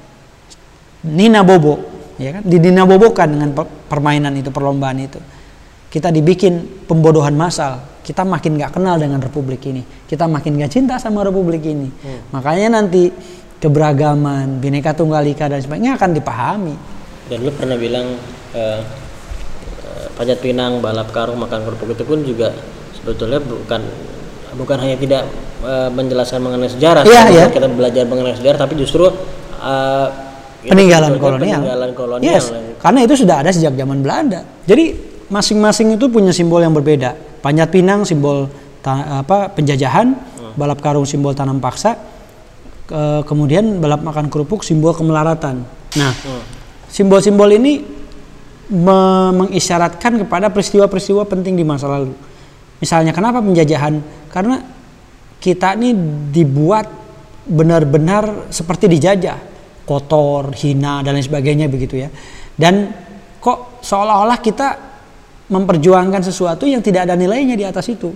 Nina Bobo, ya kan? Didina bobokan dengan permainan itu, perlombaan itu. Kita dibikin pembodohan massal. Kita makin nggak kenal dengan Republik ini. Kita makin nggak cinta sama Republik ini. Hmm. Makanya nanti keberagaman, Bhinneka Tunggal Ika dan sebagainya akan dipahami. Dan lu pernah bilang uh, panjat pinang, balap karung, makan kerupuk itu pun juga sebetulnya bukan bukan hanya tidak uh, menjelaskan mengenai sejarah, ya, ya. Kita belajar mengenai sejarah, tapi justru uh, peninggalan kolonial. Peninggalan kolonial. Yes, karena itu sudah ada sejak zaman Belanda. Jadi masing-masing itu punya simbol yang berbeda. Panjat pinang simbol ta- apa penjajahan, hmm. balap karung simbol tanam paksa, ke- kemudian balap makan kerupuk simbol kemelaratan. Nah, hmm. simbol-simbol ini Me- mengisyaratkan kepada peristiwa-peristiwa penting di masa lalu. Misalnya kenapa penjajahan? Karena kita ini dibuat benar-benar seperti dijajah, kotor, hina dan lain sebagainya begitu ya. Dan kok seolah-olah kita memperjuangkan sesuatu yang tidak ada nilainya di atas itu.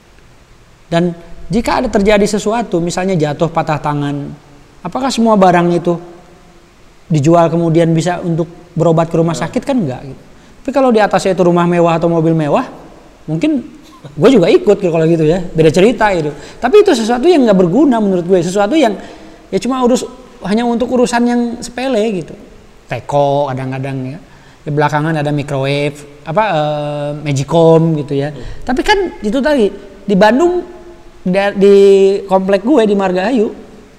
Dan jika ada terjadi sesuatu, misalnya jatuh, patah tangan, apakah semua barang itu dijual kemudian bisa untuk berobat ke rumah sakit? Kan enggak gitu. Tapi kalau di atasnya itu rumah mewah atau mobil mewah, mungkin gue juga ikut kalau gitu ya, beda cerita gitu. Tapi itu sesuatu yang nggak berguna menurut gue, sesuatu yang ya cuma urus hanya untuk urusan yang sepele gitu. Teko kadang-kadang ya, di belakangan ada microwave, apa uh, magicom gitu ya. Hmm. Tapi kan itu tadi di Bandung di, di komplek gue di Margahayu,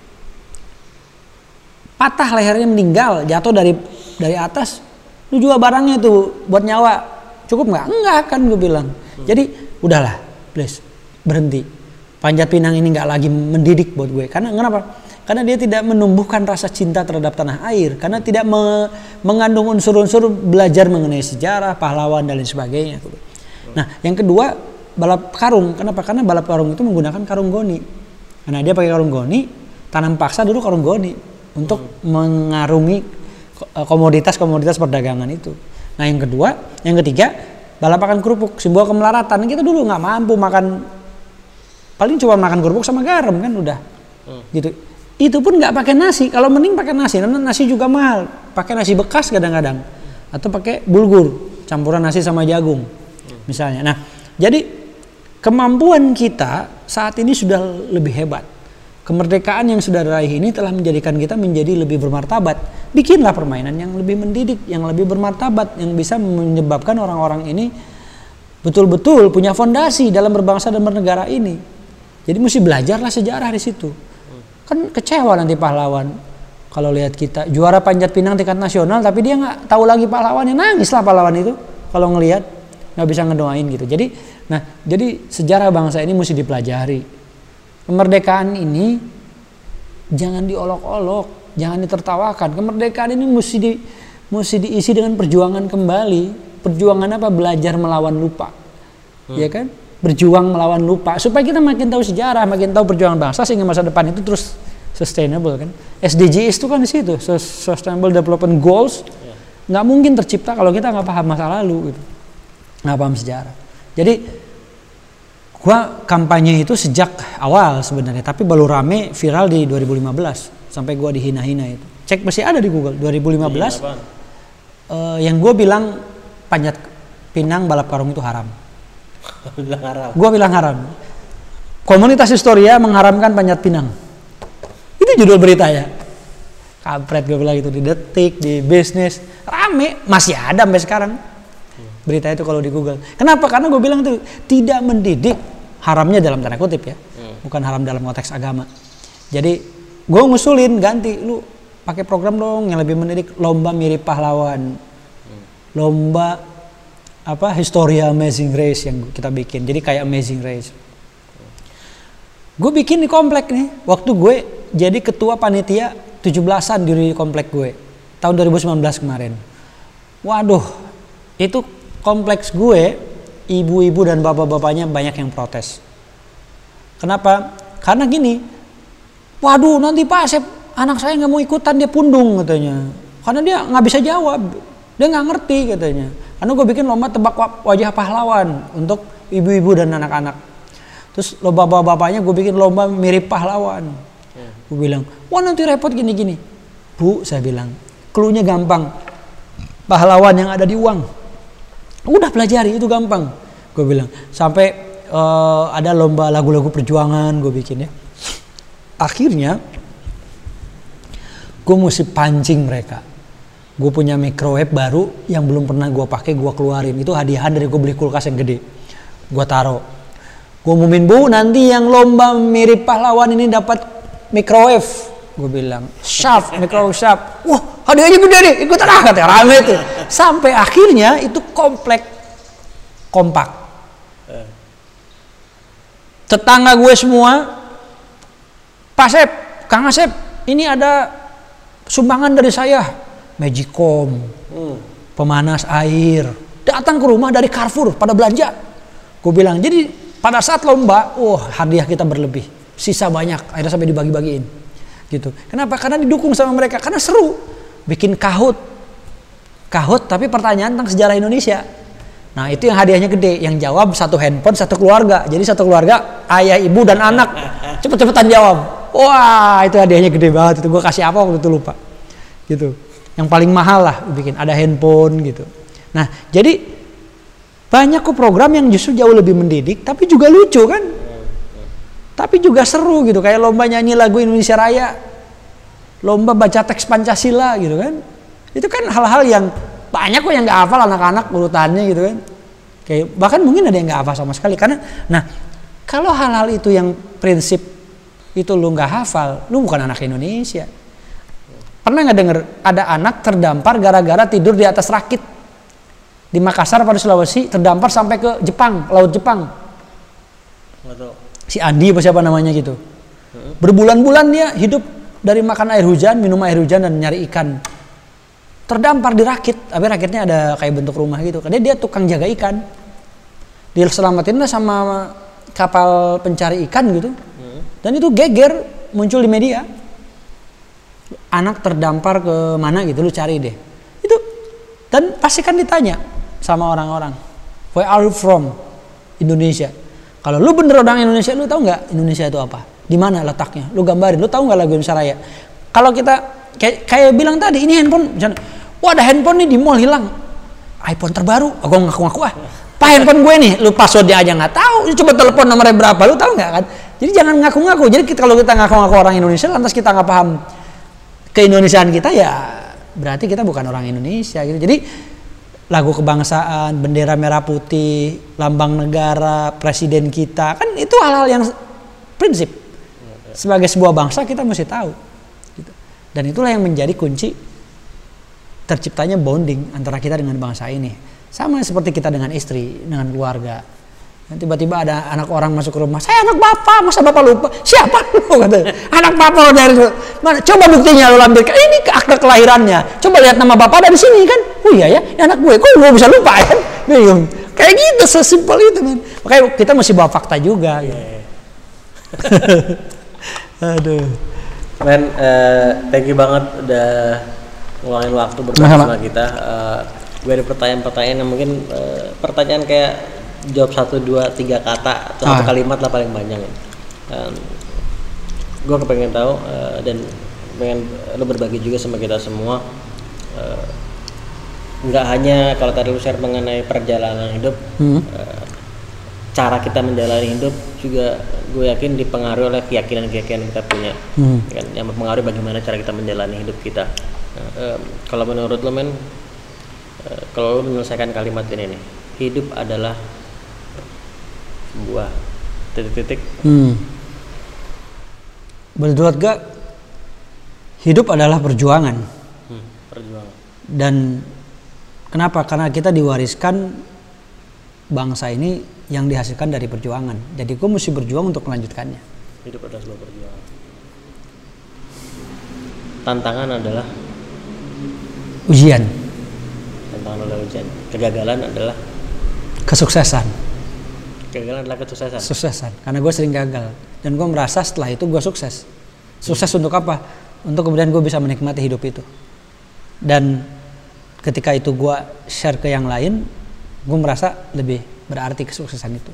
patah lehernya, meninggal, jatuh dari dari atas. Lu jual barangnya tuh buat nyawa, cukup nggak? Enggak kan gue bilang. Hmm. Jadi udahlah, please berhenti. Panjat Pinang ini nggak lagi mendidik buat gue. Karena kenapa? Karena dia tidak menumbuhkan rasa cinta terhadap tanah air. Karena tidak me mengandung unsur-unsur belajar mengenai sejarah, pahlawan dan lain sebagainya. Nah, yang kedua balap karung. Kenapa? Karena balap karung itu menggunakan karung goni. Karena dia pakai karung goni, tanam paksa dulu karung goni untuk hmm. mengarungi komoditas-komoditas perdagangan itu. Nah, yang kedua, yang ketiga, balapan kerupuk, simbol kemelaratan. Kita dulu nggak mampu makan, paling cuma makan kerupuk sama garam kan udah, hmm. gitu. Itu pun nggak pakai nasi. Kalau mending pakai nasi, karena nasi juga mahal. Pakai nasi bekas kadang-kadang, atau pakai bulgur, campuran nasi sama jagung, hmm. misalnya. Nah, jadi kemampuan kita saat ini sudah lebih hebat. Kemerdekaan yang sudah diraih ini telah menjadikan kita menjadi lebih bermartabat. Bikinlah permainan yang lebih mendidik, yang lebih bermartabat, yang bisa menyebabkan orang-orang ini betul-betul punya fondasi dalam berbangsa dan bernegara ini. Jadi mesti belajarlah sejarah di situ. Kan kecewa nanti pahlawan kalau lihat kita juara panjat pinang tingkat nasional, tapi dia nggak tahu lagi pahlawannya, nangislah pahlawan itu kalau ngelihat, nggak bisa ngedoain gitu. Jadi, nah, jadi sejarah bangsa ini mesti dipelajari. Kemerdekaan ini jangan diolok-olok, jangan ditertawakan. Kemerdekaan ini mesti di, mesti diisi dengan perjuangan kembali. Perjuangan apa? Belajar melawan lupa, hmm. ya kan? Berjuang melawan lupa supaya kita makin tahu sejarah, makin tahu perjuangan bangsa sehingga masa depan itu terus sustainable kan. S D Gs itu kan di situ, Sustainable Development Goals, nggak mungkin tercipta kalau kita nggak paham masa lalu, gitu. Nggak paham sejarah. Jadi gua kampanye itu sejak awal sebenarnya, tapi baru rame viral di dua ribu lima belas sampai gua dihina-hina itu. Cek masih ada di Google dua ribu lima belas. Iya, uh, yang gua bilang panjat pinang balap karung itu haram. bilang haram. Gua bilang haram. Komunitas Historia mengharamkan panjat pinang. Itu judul beritanya. Kampret gua bilang itu di Detik, di Bisnis, rame, masih ada sampai sekarang. Berita itu kalau di Google. Kenapa? Karena gue bilang itu tidak mendidik, haramnya dalam tanda kutip ya, hmm. bukan haram dalam konteks agama. Jadi gue ngusulin ganti, lu pakai program dong yang lebih mendidik, lomba mirip pahlawan, hmm. lomba apa Historia Amazing Race yang kita bikin. Jadi kayak Amazing Race. Hmm. Gue bikin di komplek nih. Waktu gue jadi ketua panitia tujuh belasan di komplek gue tahun dua ribu sembilan belas kemarin. Waduh, itu kompleks gue, ibu-ibu dan bapak-bapaknya banyak yang protes. Kenapa? Karena gini, waduh nanti Pak Asep, anak saya nggak mau ikutan, dia pundung katanya. Karena dia nggak bisa jawab, dia nggak ngerti katanya. Karena gue bikin lomba tebak wajah pahlawan untuk ibu-ibu dan anak-anak. Terus lomba bapak-bapaknya gue bikin lomba mirip pahlawan. Hmm. Gue bilang, wah nanti repot gini-gini. Bu, saya bilang, cluenya gampang. Pahlawan yang ada di uang. Udah pelajari, itu gampang. Gue bilang, sampai uh, ada lomba lagu-lagu perjuangan gue bikin ya. Akhirnya gue mesti pancing mereka. Gue punya microwave baru yang belum pernah gue pakai, gue keluarin. Itu hadiahan dari gue beli kulkas yang gede. Gue taruh. Gue umumin, bu nanti yang lomba mirip pahlawan ini dapat microwave. Gue bilang, Syaf, microwave Syaf. Wah, hadiahnya gede nih, ikutan ah, katanya rame itu. Sampai akhirnya itu komplek kompak. Tetangga gue semua, Pak Asep, Kang Asep, ini ada sumbangan dari saya, Magicom, hmm. pemanas air, datang ke rumah dari Carrefour pada belanja. Gue bilang, jadi pada saat lomba, oh hadiah kita berlebih, sisa banyak, akhirnya sampai dibagi-bagiin. Gitu. Kenapa? Karena didukung sama mereka, karena seru, bikin kahut, kahut tapi pertanyaan tentang sejarah Indonesia. Nah itu yang hadiahnya gede, yang jawab satu handphone satu keluarga, jadi satu keluarga ayah ibu dan anak cepet-cepetan jawab. Wah itu hadiahnya gede banget, itu gue kasih apa waktu itu lupa. Gitu. Yang paling mahal lah bikin, ada handphone gitu. Nah jadi banyak kok program yang justru jauh lebih mendidik, tapi juga lucu kan. Tapi juga seru gitu, kayak lomba nyanyi lagu Indonesia Raya, lomba baca teks Pancasila gitu kan. Itu kan hal-hal yang banyak kok yang nggak hafal anak-anak urutannya gitu kan. Kayak bahkan mungkin ada yang nggak hafal sama sekali karena, nah kalau hal-hal itu yang prinsip itu lu nggak hafal, lu bukan anak Indonesia. Pernah nggak denger ada anak terdampar gara-gara tidur di atas rakit di Makassar pada Sulawesi, terdampar sampai ke Jepang, laut Jepang. si Andi apa siapa namanya gitu. Berbulan-bulan dia hidup dari makan air hujan, minum air hujan dan nyari ikan. Terdampar di rakit, tapi rakitnya ada kayak bentuk rumah gitu. Karena dia tukang jaga ikan. Diselamatin lah sama kapal pencari ikan gitu. Dan itu geger muncul di media. Anak terdampar ke mana gitu, lu cari deh. Itu dan pasti kan ditanya sama orang-orang, where are you from? Indonesia. Kalau lu bener orang Indonesia, lu tahu nggak Indonesia itu apa? Di mana letaknya? Lu gambarin. Lu tahu nggak lagu Indonesia Raya? Kalau kita kayak, kayak bilang tadi, ini handphone, misalnya, wah ada handphone nih di mall hilang, iPhone terbaru. Aku ngaku-ngaku ah, pak handphone gue nih, lu password dia aja nggak tahu. Coba telepon nomornya berapa, lu tahu nggak kan? Jadi jangan ngaku-ngaku. Jadi kita, kalau kita ngaku-ngaku orang Indonesia, lantas kita nggak paham keindonesiaan kita, ya berarti kita bukan orang Indonesia gitu. Jadi lagu kebangsaan, bendera merah putih, lambang negara, presiden kita, kan itu hal-hal yang prinsip. Sebagai sebuah bangsa kita mesti tahu. Gitu. Dan itulah yang menjadi kunci terciptanya bonding antara kita dengan bangsa ini. Sama seperti kita dengan istri, dengan keluarga. Dan tiba-tiba ada anak orang masuk ke rumah, saya anak bapak, masa bapak lupa? Siapa lu? Kata, anak bapak dari mana? Coba buktinya lu lampirkan. Ini akte kelahirannya. Coba lihat nama bapak dari sini kan. Oh iya ya, ini anak gue. Kok gue bisa lupa ya? Bingung. Kayak gitu, sesimpel itu man. Makanya kita mesti bawa fakta juga. Yeah. Aduh. Men, uh, thank you banget udah ngeluangin waktu berbagi sama kita. Uh, gue ada pertanyaan-pertanyaan yang mungkin uh, pertanyaan kayak jawab satu, dua, tiga kata atau ah. satu kalimat lah paling banyak. Um, gue kepengen tahu uh, dan pengen lo berbagi juga sama kita semua. Uh, nggak hanya kalau tadi lu share mengenai perjalanan hidup, hmm. uh, cara kita menjalani hidup juga gue yakin dipengaruhi oleh keyakinan-keyakinan kita punya, hmm. kan, yang mempengaruhi bagaimana cara kita menjalani hidup kita. Nah, um, kalau menurut lo men, uh, kalau lo menyelesaikan kalimat ini nih, hidup adalah sebuah titik-titik. Hmm. Menurut gak, hidup adalah perjuangan. Hmm, perjuangan. Dan kenapa? Karena kita diwariskan bangsa ini yang dihasilkan dari perjuangan. Jadi gue mesti berjuang untuk melanjutkannya. Hidup adalah sebuah perjuangan. Tantangan adalah ujian. Tantangan adalah ujian. Kegagalan adalah kesuksesan. Kegagalan adalah kesuksesan. Suksesan. Karena gue sering gagal dan gue merasa setelah itu gue sukses. Sukses hmm. untuk apa? Untuk kemudian gue bisa menikmati hidup itu. Dan ketika itu gue share ke yang lain, gue merasa lebih berarti kesuksesan itu.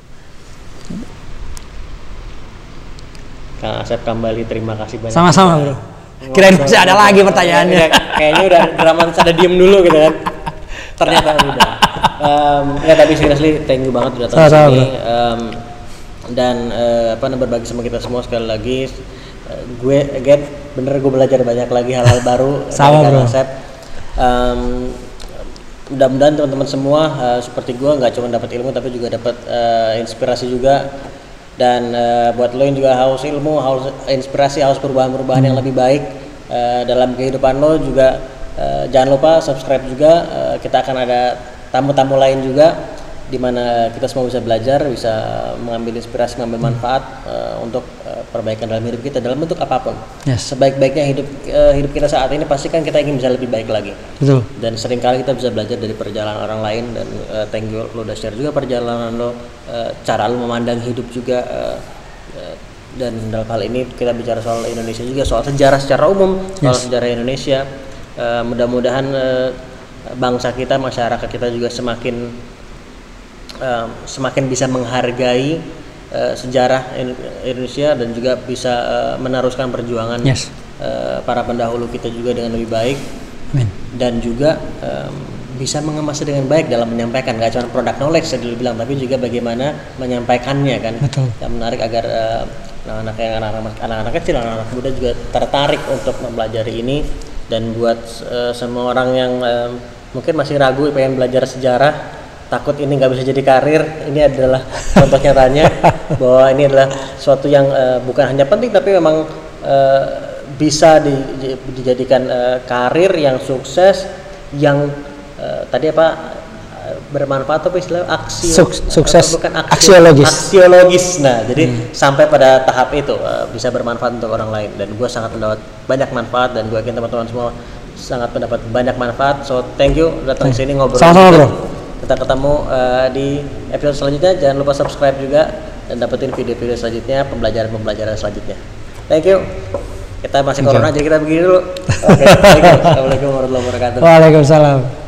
Kang Asep kembali, terima kasih banyak. Sama-sama bro. Kirain masih ada lagi pertanyaannya. Kayaknya udah drama ada diem dulu gitu kan. Ternyata udah. Um, ya tapi seriously thank you banget udah datang sini. Um, dan uh, apa namanya berbagi sama kita semua sekali lagi. Uh, gue again bener gue belajar banyak lagi hal-hal baru sama dari Kang Asep. Um, mudah-mudahan teman-teman semua uh, seperti gue nggak cuma dapat ilmu tapi juga dapat uh, inspirasi juga. Dan uh, buat lo yang juga haus ilmu, haus inspirasi, haus perubahan-perubahan hmm. yang lebih baik uh, dalam kehidupan lo juga uh, jangan lupa subscribe juga. Uh, kita akan ada tamu-tamu lain juga di mana kita semua bisa belajar, bisa mengambil inspirasi, mengambil manfaat uh, untuk uh, perbaikan dalam hidup kita dalam bentuk apapun. Yes. Sebaik-baiknya hidup uh, hidup kita saat ini pasti kan kita ingin bisa lebih baik lagi. Betul. Dan seringkali kita bisa belajar dari perjalanan orang lain dan uh, thank you lo udah share juga perjalanan lo, uh, cara lo memandang hidup juga. Uh, uh, dan dalam hal ini kita bicara soal Indonesia juga, soal sejarah secara umum, soal yes. sejarah Indonesia. Uh, mudah-mudahan uh, bangsa kita, masyarakat kita juga semakin Uh, semakin bisa menghargai uh, sejarah Indonesia dan juga bisa uh, meneruskan perjuangan yes. uh, para pendahulu kita juga dengan lebih baik. Amin. Dan juga um, bisa mengemasnya dengan baik dalam menyampaikan, gak cuma product knowledge saya dulu bilang, tapi juga bagaimana menyampaikannya kan. Betul. Yang menarik agar uh, anak-anak yang anak-anak, anak-anak kecil, anak-anak muda juga tertarik untuk mempelajari ini. Dan buat uh, semua orang yang uh, mungkin masih ragu pengen belajar sejarah, takut ini nggak bisa jadi karir, ini adalah contoh nyatanya bahwa ini adalah suatu yang uh, bukan hanya penting tapi memang uh, bisa di, dijadikan uh, karir yang sukses, yang uh, tadi apa bermanfaat tapi istilah aksi Suk- sukses bukan aksi, aksiologis. aksiologis. Nah, jadi Hmm. sampai pada tahap itu uh, bisa bermanfaat untuk orang lain dan gue sangat mendapat banyak manfaat dan gue yakin teman-teman semua sangat mendapat banyak manfaat. So thank you datang ke sini ngobrol. Sama-sama, bro. Kita ketemu uh, di episode selanjutnya. Jangan lupa subscribe juga dan dapetin video-video selanjutnya, pembelajaran-pembelajaran selanjutnya. Thank you. Kita masih Thank corona you. jadi kita begini dulu. Oke, okay, thank you. Assalamualaikum warahmatullahi wabarakatuh. Waalaikumsalam.